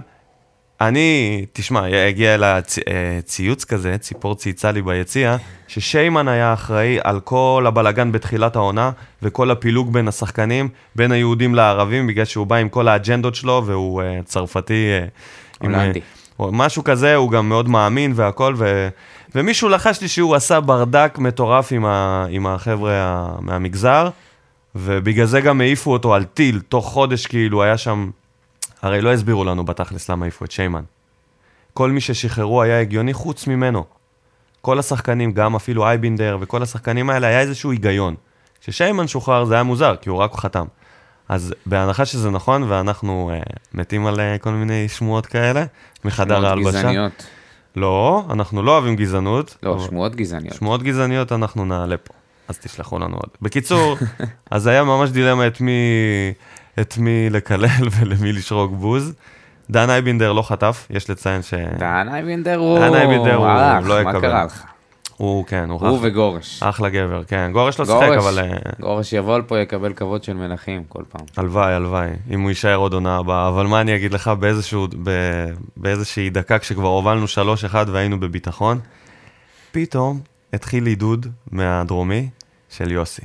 S2: אני, תשמע, הגיע אל הציוץ כזה, ציפור צייצה לי ביציאה, ששיימן היה אחראי על כל הבלגן בתחילת העונה, וכל הפילוג בין השחקנים, בין היהודים לערבים, בגלל שהוא בא עם כל האג'נדות שלו, והוא uh, צרפתי. Uh,
S3: הולנדי.
S2: עם, uh, משהו כזה, הוא גם מאוד מאמין והכל, ו, ומישהו לחש לי שהוא עשה ברדק מטורף עם, ה, עם החבר'ה מהמגזר, ובגלל זה גם העיפו אותו על טיל, תוך חודש כאילו היה שם, הרי לא הסבירו לנו בתכלס למה העיפו את שיימן. כל מי ששחררו היה הגיוני חוץ ממנו. כל השחקנים, גם אפילו אייבינדר וכל השחקנים האלה, היה איזשהו היגיון. כששיימן שוחרר זה היה מוזר, כי הוא רק חתם. אז בהנחה שזה נכון, ואנחנו uh, מתים על uh, כל מיני שמועות כאלה, מחדר ההלבשה.
S3: שמועות גזעניות.
S2: לא, אנחנו לא אוהבים גזענות.
S3: לא, שמועות גזעניות.
S2: שמועות גזעניות אנחנו נעלה פה. אז תשלחו לנו עוד. בקיצור, אז היה ממש דילמה את מי, את מי לקלל ולמי לשרוק בוז. דן אייבינדר לא חטף, יש לציין ש...
S3: דן אייבינדר הוא...
S2: דן אייבינדר הוא לא יקבל.
S3: מה קרה לך?
S2: הוא, כן, הוא...
S3: הוא וגורש.
S2: אחלה גבר, כן. גורש לא שחק, אבל...
S3: גורש יבוא לפה, יקבל כבוד של מנחים כל פעם.
S2: הלוואי, הלוואי, אם הוא יישאר עוד עונה הבאה. אבל מה אני אגיד לך, באיזשהו, באיזושהי דקה, כשכבר הובלנו שלוש אחד והיינו בביטחון, פתאום התחיל עידוד מהדרומי של יוסי.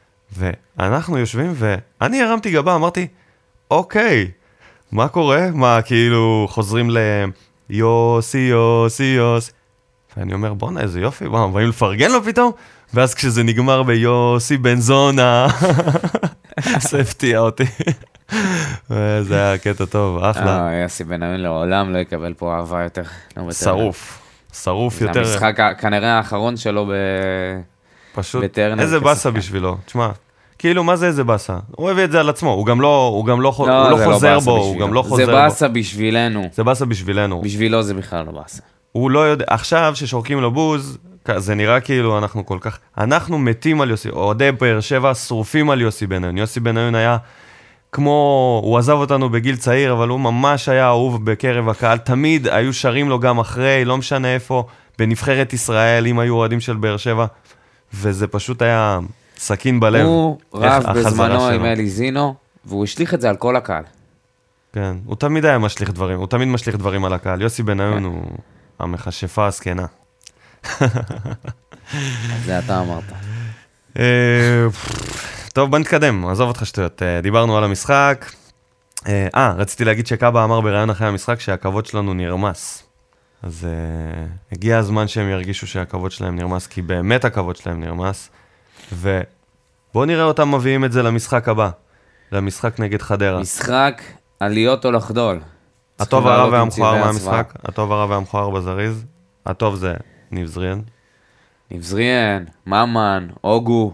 S2: ואנחנו יושבים, ואני הרמתי גבה, אמרתי, אוקיי, מה קורה? מה, כאילו, חוזרים ל... יוסי, יוסי, יוסי. ואני אומר, בוא'נה, איזה יופי, בואו, באים לפרגן לו פתאום, ואז כשזה נגמר ביוסי בן זונה, זה הפתיע אותי. וזה היה קטע טוב, אחלה.
S3: יוסי בניון לעולם לא יקבל פה אהבה יותר.
S2: שרוף, שרוף יותר.
S3: זה המשחק כנראה האחרון שלו
S2: פשוט,
S3: בטרנר.
S2: איזה בסה בשבילו, תשמע. כאילו, מה זה איזה בסה? הוא הביא את זה על עצמו, הוא גם לא, הוא גם לא, הוא לא חוזר בו, הוא גם לא חוזר בו.
S3: זה בסה בשבילנו.
S2: זה בסה בשבילנו.
S3: בשבילו זה בכלל לא בסה.
S2: הוא לא יודע, עכשיו ששורקים לו בוז, זה נראה כאילו אנחנו כל כך, אנחנו מתים על יוסי, אוהדי באר שבע שרופים על יוסי בניון. יוסי בניון היה כמו, הוא עזב אותנו בגיל צעיר, אבל הוא ממש היה אהוב בקרב הקהל, תמיד היו שרים לו גם אחרי, לא משנה איפה, בנבחרת ישראל, אם היו אוהדים של באר שבע, וזה פשוט היה סכין בלב.
S3: הוא רב בזמנו עם אלי זינו, והוא השליך את זה על כל הקהל.
S2: כן, הוא תמיד היה משליך דברים, הוא תמיד משליך דברים על הקהל. יוסי בניון הוא המכשפה הסכנה.
S3: זה אתה אמרת.
S2: טוב, בוא נתקדם, עזוב אותך שטויות. דיברנו על המשחק. אה, רציתי להגיד שקאבה אמר בראיון אחרי המשחק שהכבוד שלנו נרמס. אז הגיע הזמן שהם ירגישו שהכבוד שלהם נרמס, כי באמת הכבוד שלהם נרמס. ובואו נראה אותם מביאים את זה למשחק הבא, למשחק נגד חדרה.
S3: משחק עליות או לחדול.
S2: הטוב הרע והמכוער מהמשחק, הטוב הרע והמכוער בזריז. הטוב זה ניב זריאן.
S3: ניב זריאן, ממן, אוגו.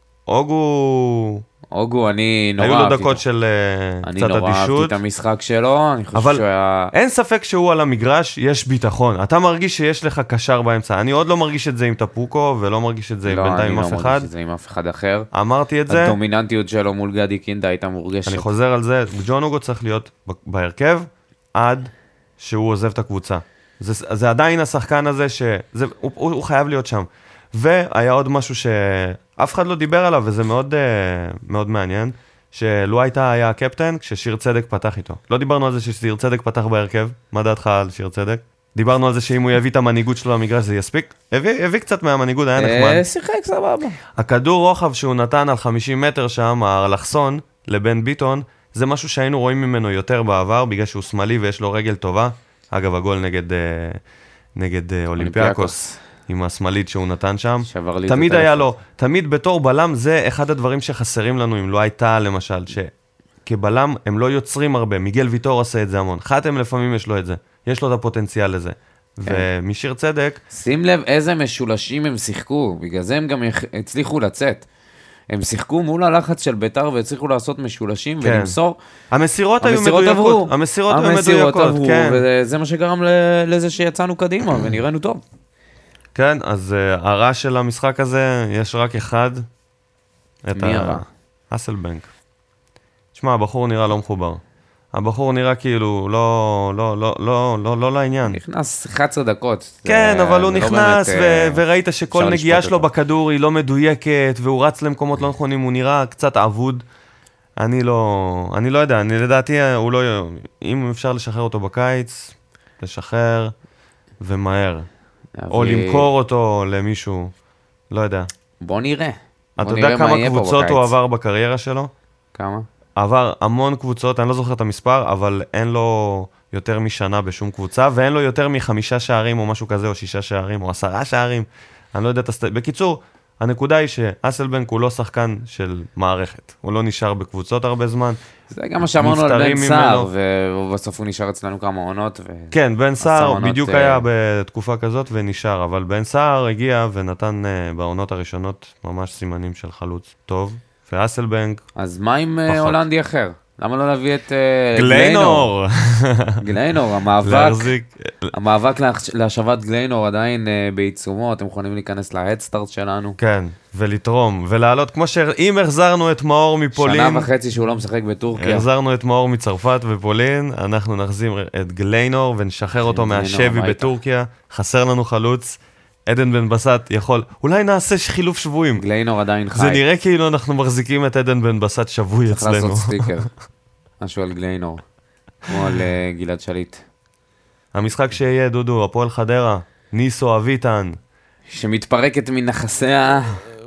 S2: אוגו...
S3: אוגו, אני נורא
S2: אהבתי. היו לו דקות של קצת אדישות.
S3: אני נורא אהבתי את המשחק שלו, אני חושב שהוא היה...
S2: אבל אין ספק שהוא על המגרש, יש ביטחון. אתה מרגיש שיש לך קשר באמצע. אני עוד לא מרגיש את זה עם טפוקו, ולא מרגיש את זה
S3: לא,
S2: בינתיים עם אף אחד.
S3: לא, אני לא מרגיש את זה עם אף אחד אחר.
S2: אמרתי את זה.
S3: הדומיננטיות שלו מול גדי קינדה הייתה מורגשת.
S2: אני חוזר על זה, ג'ון אוגו צריך להיות בהרכב, עד שהוא עוזב את הקבוצה. זה, זה עדיין השחקן הזה ש... זה, הוא, הוא, הוא חייב להיות שם. והיה עוד משהו שאף אחד לא דיבר עליו, וזה מאוד, מאוד מעניין, שלו הייתה היה הקפטן, כששיר צדק פתח איתו. לא דיברנו על זה ששיר צדק פתח בהרכב, מה דעתך על שיר צדק? דיברנו על זה שאם הוא יביא את המנהיגות שלו למגרש זה יספיק? הביא, הביא קצת מהמנהיגות, היה נחמד.
S3: שיחק סבבה.
S2: הכדור רוחב שהוא נתן על חמישים מטר שם, האלכסון, לבן ביטון, זה משהו שהיינו רואים ממנו יותר בעבר, בגלל שהוא שמאלי ויש לו רגל טובה. אגב, הגול נגד, נגד אולימפיאקוס. עם השמאלית שהוא נתן שם, תמיד היה לו, תמיד בתור בלם, זה אחד הדברים שחסרים לנו, אם לא הייתה למשל, שכבלם הם לא יוצרים הרבה, מיגל ויטור עושה את זה המון, חתם לפעמים יש לו את זה, יש לו את הפוטנציאל לזה, ומשיר צדק...
S3: שים לב איזה משולשים הם שיחקו, בגלל זה הם גם הצליחו לצאת, הם שיחקו מול הלחץ של ביתר והצליחו לעשות משולשים ולמסור.
S2: המסירות היו מדויקות, המסירות היו מדויקות, כן.
S3: וזה מה שגרם לזה שיצאנו קדימה ונראינו טוב.
S2: כן, אז uh, הרע של המשחק הזה, יש רק אחד.
S3: מי הרע?
S2: אסלבנק. תשמע, הבחור נראה לא מחובר. הבחור נראה כאילו לא, לא, לא, לא, לא, לא לעניין.
S3: נכנס אחת עשרה דקות.
S2: כן, זה, אבל הוא נכנס לא באמת, ו- וראית שכל נגיעה שלו אותו. בכדור היא לא מדויקת, והוא רץ למקומות לא נכונים, הוא נראה קצת עבוד. אני לא, אני לא יודע, אני לדעתי, הוא לא, אם אפשר לשחרר אותו בקיץ, לשחרר ומהר. או למכור אותו למישהו, לא יודע.
S3: בוא נראה.
S2: אתה יודע כמה קבוצות הוא עבר בקריירה שלו?
S3: כמה?
S2: עבר המון קבוצות, אני לא זוכר את המספר, אבל אין לו יותר משנה בשום קבוצה, ואין לו יותר מחמישה שערים או משהו כזה, או שישה שערים, או עשרה שערים. אני לא יודע את הסט... בקיצור, הנקודה היא שאסלבנק הוא לא שחקן של מערכת. הוא לא נשאר בקבוצות הרבה זמן.
S3: זה גם מה שאמרנו על בן סער, ובסוף הוא נשאר אצלנו כמה עונות. ו...
S2: כן, בן סער בדיוק היה בתקופה כזאת ונשאר, אבל בן סער הגיע ונתן בעונות הראשונות ממש סימנים של חלוץ טוב, ואסלבנק...
S3: אז מה עם פחות. הולנדי אחר? למה לא להביא את
S2: גליינור?
S3: גליינור, המאבק, המאבק להשבת גליינור עדיין בעיצומו, אתם יכולים להיכנס להדסטארט שלנו.
S2: כן, ולתרום, ולעלות, כמו שאם החזרנו את מאור מפולין...
S3: שנה וחצי שהוא לא משחק בטורקיה.
S2: החזרנו את מאור מצרפת ופולין, אנחנו נחזיר את גליינור ונשחרר אותו מהשבי בטורקיה, חסר לנו חלוץ. עדן בן בסט יכול, אולי נעשה חילוף שבועים.
S3: גליינור עדיין חי.
S2: זה נראה כאילו אנחנו מחזיקים את עדן בן בסט שבוי אצלנו.
S3: צריך לעשות סטיקר. משהו על גליינור. כמו על גלעד שליט.
S2: המשחק שיהיה, דודו, הפועל חדרה, ניסו אביטן.
S3: שמתפרקת מנכסיה.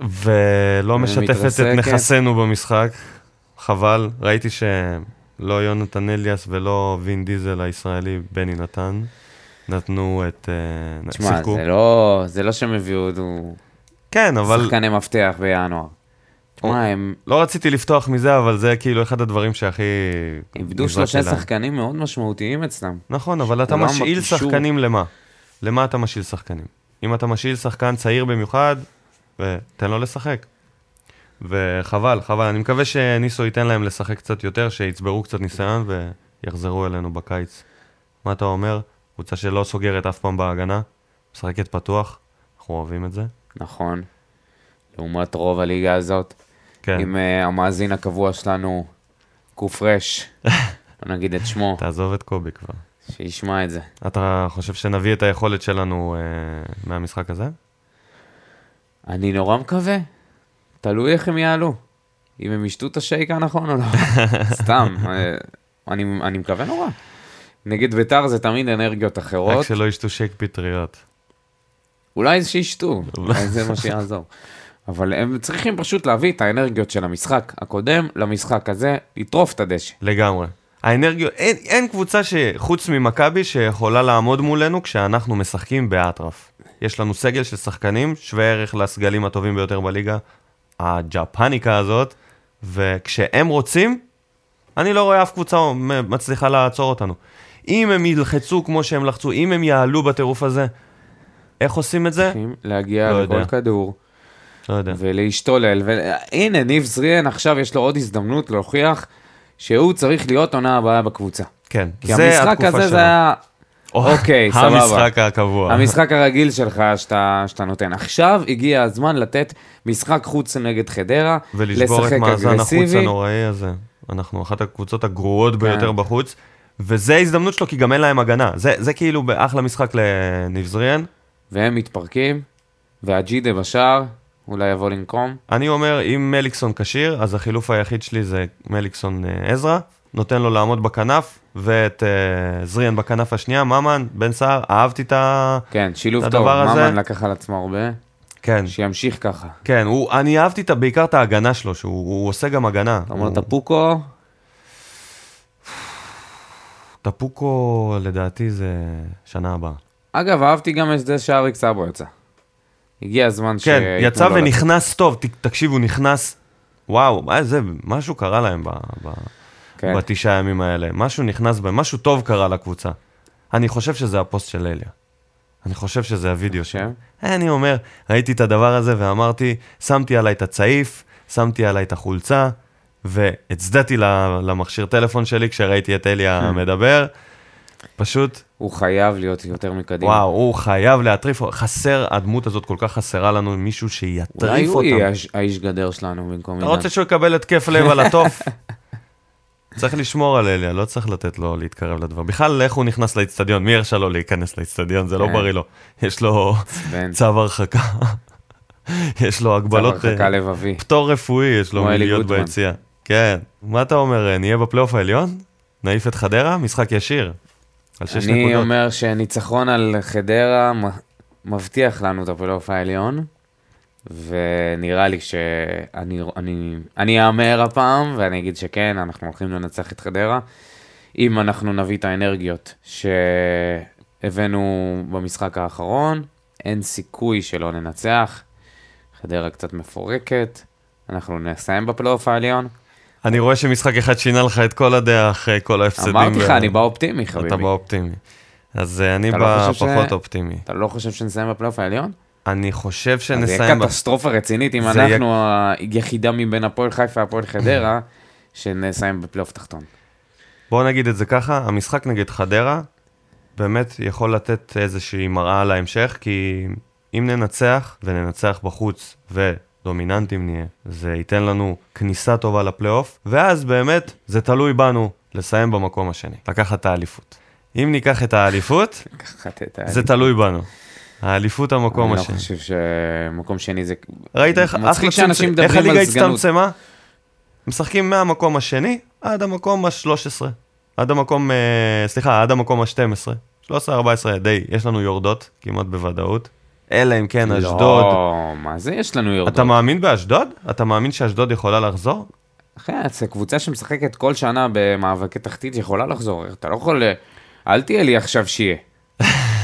S2: ולא משתפת את נכסנו במשחק. חבל. ראיתי שלא יונתן אליאס ולא וין דיזל הישראלי בני נתן. נתנו את...
S3: תשמע,
S2: שיחקו.
S3: זה לא, זה לא שהם הביאו
S2: כן, אבל...
S3: שחקני מפתח בינואר. תשמע, הם
S2: לא רציתי לפתוח מזה, אבל זה כאילו אחד הדברים שהכי...
S3: איבדו
S2: נזרק
S3: שלושה
S2: אליי.
S3: שחקנים מאוד משמעותיים אצלם.
S2: נכון, אבל אתה
S3: כולם
S2: משאיל
S3: בקישור.
S2: שחקנים למה? למה אתה משאיל שחקנים? אם אתה משאיל שחקן צעיר במיוחד, ותן לו לשחק. וחבל, חבל. אני מקווה שניסו ייתן להם לשחק קצת יותר, שיצברו קצת ניסיון ויחזרו אלינו בקיץ. מה אתה אומר? קבוצה שלא סוגרת אף פעם בהגנה, משחקת פתוח, אנחנו אוהבים את זה.
S3: נכון. לעומת רוב הליגה הזאת.
S2: כן.
S3: עם uh, המאזין הקבוע שלנו, קופרש, לא נגיד את שמו,
S2: תעזוב את קובי כבר.
S3: שישמע את זה.
S2: אתה חושב שנביא את היכולת שלנו אה, מהמשחק הזה?
S3: אני נורא מקווה. תלוי איך הם יעלו. אם הם ישתו את השייקה נכון או לא. סתם. אה, אני, אני מקווה נורא. נגד ביתר זה תמיד אנרגיות
S2: רק
S3: אחרות.
S2: שלא ישתו שייק פטריות.
S3: אולי שישתו. אולי זה מה שיעזור. אבל הם צריכים פשוט להביא את האנרגיות של המשחק הקודם למשחק הזה, לטרוף את הדשא.
S2: לגמרי. האנרגיות, אין, אין קבוצה שחוץ ממכבי שיכולה לעמוד מולנו כשאנחנו משחקים באטרף. יש לנו סגל של שחקנים, שווה ערך לסגלים הטובים ביותר בליגה, הג'פניקה הזאת, וכשהם רוצים, אני לא רואה אף קבוצה מצליחה לעצור אותנו. אם הם ילחצו כמו שהם לחצו, אם הם יעלו בטירוף הזה, איך עושים את זה?
S3: צריכים להגיע
S2: לא
S3: לכל
S2: יודע.
S3: כדור.
S2: לא יודע.
S3: ולהשתולל, והנה ניב זריאן עכשיו יש לו עוד הזדמנות להוכיח שהוא צריך להיות עונה הבאה בקבוצה.
S2: כן,
S3: כי
S2: זה
S3: המשחק
S2: התקופה
S3: הזה
S2: שלו.
S3: זה היה, אוקיי, סבבה.
S2: המשחק הקבוע.
S3: המשחק הרגיל שלך שאתה, שאתה נותן. עכשיו הגיע הזמן לתת משחק חוץ נגד חדרה,
S2: ולשבור את
S3: לשחק
S2: מאזן החוץ
S3: אגרסיבי.
S2: הנוראי הזה. אנחנו אחת הקבוצות הגרועות ביותר
S3: כן.
S2: בחוץ, וזה הזדמנות שלו כי גם אין להם הגנה. זה, זה כאילו אחלה משחק לניב זריאן.
S3: והם מתפרקים, והג'ידה בשער, אולי יבוא לנקום.
S2: אני אומר, אם מליקסון כשיר, אז החילוף היחיד שלי זה מליקסון אה, עזרא, נותן לו לעמוד בכנף, ואת אה, זריאן בכנף השנייה, ממן, בן סער, אהבתי את ה...
S3: כן, שילוב טוב,
S2: הדבר הזה.
S3: ממן לקח על עצמו הרבה,
S2: כן,
S3: שימשיך ככה.
S2: כן, הוא, אני אהבתי את, ה- בעיקר את ההגנה שלו, שהוא הוא עושה גם הגנה.
S3: אתה אומר
S2: הוא-
S3: את הפוקו,
S2: טפוקו, לדעתי, זה שנה הבאה.
S3: אגב, אהבתי גם את זה שאריק סאבו יצא. הגיע הזמן
S2: כן,
S3: שיתנו
S2: יצא
S3: לו
S2: ונכנס טוב, ת- תקשיבו, נכנס, וואו, מה זה, משהו קרה להם ב, ב,
S3: כן.
S2: בתשעה ימים האלה, משהו נכנס בהם, משהו טוב קרה לקבוצה. אני חושב שזה הפוסט של אליה. אני חושב שזה הווידאו
S3: חושב?
S2: שלו. אני אומר, ראיתי את הדבר הזה ואמרתי, שמתי עליי את הצעיף, שמתי עליי את החולצה, והצדתי ל- למכשיר טלפון שלי כשראיתי את אליה מדבר, פשוט,
S3: הוא חייב להיות יותר מקדימה.
S2: וואו, הוא חייב להטריף, חסר, הדמות הזאת כל כך חסרה לנו, מישהו
S3: אולי
S2: שיטריף
S3: הוא
S2: אותם.
S3: יהיה האיש- האיש גדר שלנו במקום
S2: אתה
S3: עידן.
S2: רוצה שהוא יקבל התקף לב על התוף? צריך לשמור על אליה, לא צריך לתת לו להתקרב לדבר. בכלל, איך הוא נכנס לאצטדיון? מי הרשה לו להיכנס לאצטדיון? זה לא
S3: כן.
S2: בריא לו. יש לו
S3: בן.
S2: צו הרחקה. יש לו הגבלות,
S3: צו הרחקה
S2: אה,
S3: לבבי.
S2: פטור רפואי, יש לו
S3: כמו אלי
S2: מלהיות
S3: גוטמן.
S2: ביציאה. כן. מה אתה אומר, נהיה בפלייאוף העליון? נעיף את חדרה? משחק ישיר. על שש
S3: אני
S2: נקודות.
S3: אומר שניצחון על חדרה מ- מבטיח לנו את הפלייאוף העליון, ונראה לי שאני אני, אני אאמר הפעם, ואני אגיד שכן, אנחנו הולכים לנצח את חדרה, אם אנחנו נביא את האנרגיות שהבאנו במשחק האחרון, אין סיכוי שלא ננצח, חדרה קצת מפורקת, אנחנו נסיים בפלייאוף העליון.
S2: אני רואה שמשחק אחד שינה לך את כל הדעה אחרי כל ההפסדים.
S3: אמרתי לך,
S2: ו-
S3: אני באופטימי, חביבי.
S2: אתה באופטימי. אז אה, אני
S3: אתה לא חושב ש-
S2: בפחות אופטימי.
S3: אתה לא חושב שנסיים בפלייאוף העליון?
S2: אני חושב
S3: אז זה
S2: שנסיים...
S3: יהיה
S2: ב-
S3: קטסטרופה רצינית אם
S2: זה יהיה-
S3: אנחנו היחידה מבין הפועל חיפה והפועל חדרה, שנסיים בפלייאוף תחתון.
S2: בואו נגיד את זה ככה, המשחק נגד חדרה באמת יכול לתת איזושהי מראה על ההמשך, כי אם ננצח וננצח בחוץ ודומיננטים נהיה, זה ייתן לנו כניסה טובה לפלייאוף, ואז באמת זה תלוי בנו לסיים במקום השני, לקחת את האליפות. אם ניקח את האליפות,
S3: לקחת את ה-
S2: זה תלוי בנו. האליפות המקום
S3: אני לא
S2: השני.
S3: חושב שמקום שני זה...
S2: ראית איך,
S3: מצחיק
S2: איך,
S3: שאנשים
S2: צמצ... איך
S3: מדברים
S2: הליגה
S3: על סגנות.
S2: הצטמצמה? משחקים מהמקום השני עד המקום ה-שלוש עשרה. עד המקום, אה, סליחה, עד המקום ה-שתים עשרה. שלוש עשרה ארבע עשרה, די, יש לנו יורדות, כמעט בוודאות. אלא אם כן, אשדוד.
S3: לא, מה זה יש לנו יורדות?
S2: אתה מאמין באשדוד? אתה מאמין שאשדוד יכולה לחזור?
S3: אחי, זו קבוצה שמשחקת כל שנה במאבקי תחתית יכולה לחזור. אתה לא יכול... אל תהיה לי עכשיו שיהיה.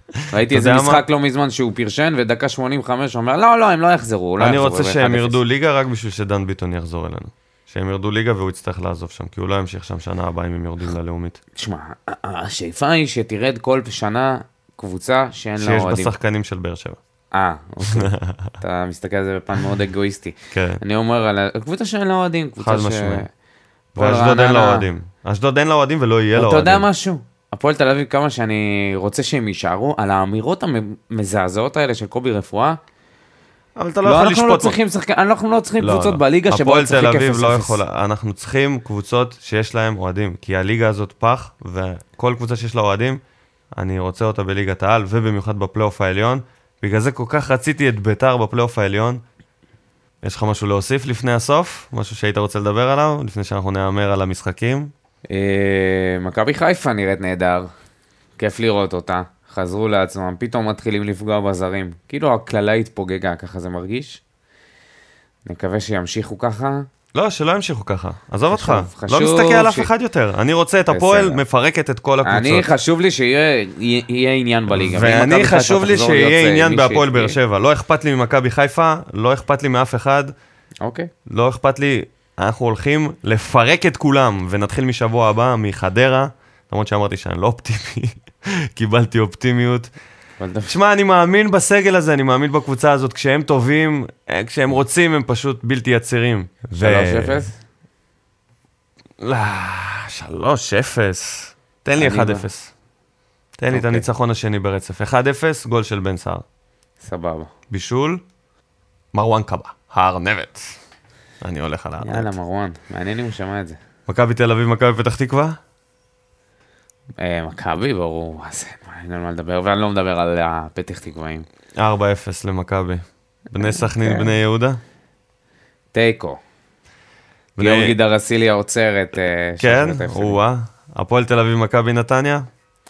S3: ראיתי איזה משחק לא מזמן שהוא פרשן, ודקה שמונים וחמש אומר, לא, לא, הם לא יחזרו.
S2: אני רוצה שהם ירדו ליגה רק בשביל שדן ביטון יחזור אלינו. שהם ירדו ליגה והוא יצטרך לעזוב שם, כי הוא לא ימשיך שם שנה הבאה אם הם יורדים ללאומית.
S3: תשמע, השאיפה היא שתרד כל שנה קבוצה שאין לה אוהדים.
S2: שיש בשחקנים של באר שבע.
S3: אה, אוקיי. אתה מסתכל על זה בפן מאוד אגואיסטי.
S2: כן.
S3: אני אומר על הקבוצה שאין לה אוהדים, קבוצה ש...
S2: חד משמעי. ואשדוד אין לה אוהדים. אשדוד אין לה אוהדים ולא יהיה לה אוהדים.
S3: אתה יודע משהו? הפועל תל אביב, כמה שאני רוצה שהם יישארו, על האמירות המזעזעות האלה של קובי רפואה,
S2: אבל אתה לא יכול לשפוט.
S3: אנחנו לא צריכים שחקן, אנחנו לא צריכים קבוצות בליגה שבו
S2: הפועל תל אביב לא יכולה, אנחנו צריכים קבוצות שיש להם אוהדים, כי הליגה הזאת פח, וכל קבוצה שיש לה אוהדים, אני רוצה אותה בליגת העל, ובמיוחד בפלייאוף העליון, בגלל זה כל כך רציתי את ביתר בפלייאוף העליון. יש לך משהו להוסיף לפני הסוף? משהו שהיית רוצה לדבר עליו, לפני שאנחנו נאמר על המשחקים?
S3: מכבי חיפה נראית נהדר, כיף לראות אותה, חזרו לעצמם, פתאום מתחילים לפגוע בזרים, כאילו הכללה התפוגגה, ככה זה מרגיש. נקווה שימשיכו ככה.
S2: לא, שלא ימשיכו ככה, עזוב אותך, לא מסתכל על אף אחד יותר, אני רוצה את הפועל, מפרקת את כל הקבוצות. אני
S3: חשוב לי שיהיה עניין בליגה.
S2: ואני חשוב לי שיהיה עניין בהפועל באר שבע, לא אכפת לי ממכבי חיפה, לא אכפת לי מאף אחד,
S3: אוקיי.
S2: לא אכפת לי, אנחנו הולכים לפרק את כולם, ונתחיל משבוע הבא, מחדרה, למרות שאמרתי שאני לא אופטימי, קיבלתי אופטימיות. תשמע, אני מאמין בסגל הזה, אני מאמין בקבוצה הזאת, כשהם טובים, כשהם רוצים, הם פשוט בלתי יצירים.
S3: שלוש אפס?
S2: לא, שלוש אפס. תן לי אחד אפס. תן לי את הניצחון השני ברצף. אחד אפס, גול של בן סער.
S3: סבבה.
S2: בישול, מרואן קאבה, הארנבת. אני הולך על הארנבת.
S3: יאללה, מרואן, מעניין אם הוא שמע את זה.
S2: מכבי תל אביב, מכבי פתח תקווה?
S3: מכבי, ברור, אין על מה לדבר, ואני לא מדבר על הפתח תקוואים.
S2: ארבע אפס למכבי. בני סכנין, בני יהודה?
S3: תיקו. גיאורגי דרסיליה עוצרת.
S2: כן, וואה. הפועל תל אביב, מכבי נתניה?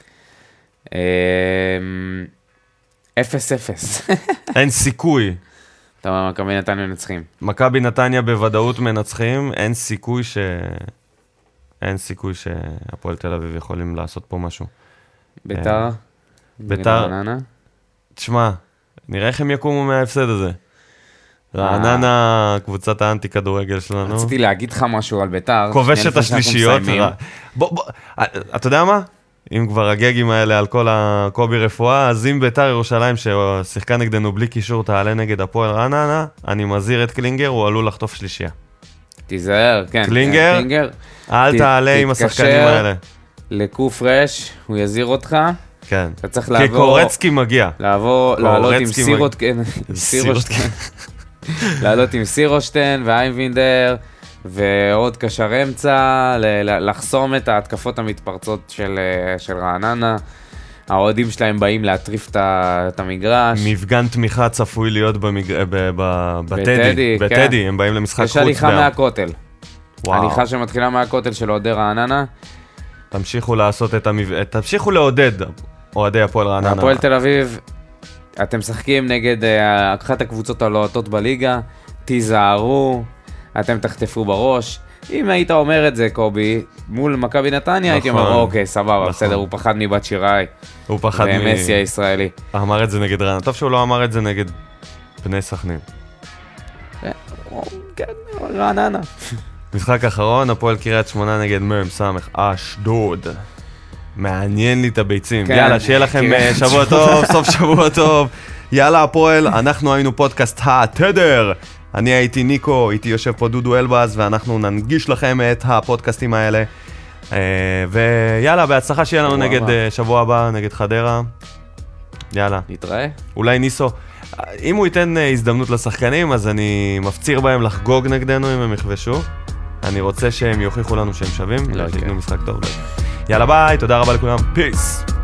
S3: אפס אפס.
S2: אין סיכוי.
S3: אתה אומר, מכבי נתניה מנצחים.
S2: מכבי נתניה בוודאות מנצחים, אין סיכוי ש... אין סיכוי שהפועל תל אביב יכולים לעשות פה משהו.
S3: ביתר?
S2: ביתר, תשמע, נראה איך הם יקומו מההפסד הזה. רעננה, קבוצת האנטי כדורגל שלנו.
S3: רציתי להגיד לך משהו על ביתר.
S2: כובש את השלישיות. בוא, בוא, אתה יודע מה? אם כבר הגגים האלה על כל הקובי רפואה, אז אם ביתר ירושלים ששיחקה נגדנו בלי קישור תעלה נגד הפועל רעננה, אני מזהיר את קלינגר, הוא עלול לחטוף שלישייה.
S3: תיזהר, כן.
S2: קלינגר, אל תעלה עם השחקנים האלה.
S3: לקוף רש, הוא יזהיר אותך.
S2: כן.
S3: אתה צריך לעבור...
S2: כי קורצקי מגיע.
S3: לעבור, לעלות עם סירוטקן. סירושטיין. לעלות עם סירושטיין ואייבינדר, ועוד קשר אמצע, לחסום את ההתקפות המתפרצות של רעננה. האוהדים שלהם באים להטריף את המגרש.
S2: מפגן תמיכה צפוי להיות בטדי. בטדי, הם באים למשחק חוץ.
S3: יש הליכה מהכותל. הליכה שמתחילה מהכותל של אוהדי רעננה.
S2: תמשיכו לעשות את המבד... תמשיכו לעודד אוהדי הפועל רעננה.
S3: הפועל תל אביב, אתם משחקים נגד אחת הקבוצות הלוהטות בליגה, תיזהרו, אתם תחטפו בראש. אם היית אומר את זה, קובי, מול מכבי נתניה, הייתי אומר, אוקיי, סבבה, בסדר, הוא פחד מבת שיראי.
S2: הוא פחד מ...
S3: ומסי הישראלי.
S2: אמר את זה נגד רעננה. טוב שהוא לא אמר את זה נגד בני סכנין.
S3: כן, רעננה.
S2: משחק אחרון, הפועל קריית שמונה נגד מם סמך אשדוד. מעניין לי את הביצים. כן, יאללה, שיהיה לכם שבוע טוב, סוף שבוע טוב. יאללה, הפועל, אנחנו היינו פודקאסט התדר. אני הייתי ניקו, איתי יושב פה דודו אלבאז, ואנחנו ננגיש לכם את הפודקאסטים האלה. ויאללה, בהצלחה שיהיה לנו נגד שבוע הבא, נגד חדרה. יאללה.
S3: נתראה.
S2: אולי ניסו. אם הוא ייתן הזדמנות לשחקנים, אז אני מפציר בהם לחגוג נגדנו אם הם יכבשו. אני רוצה שהם יוכיחו לנו שהם שווים,
S3: לא
S2: שיתנו משחק טוב. יאללה ביי, תודה רבה לכולם, פיס.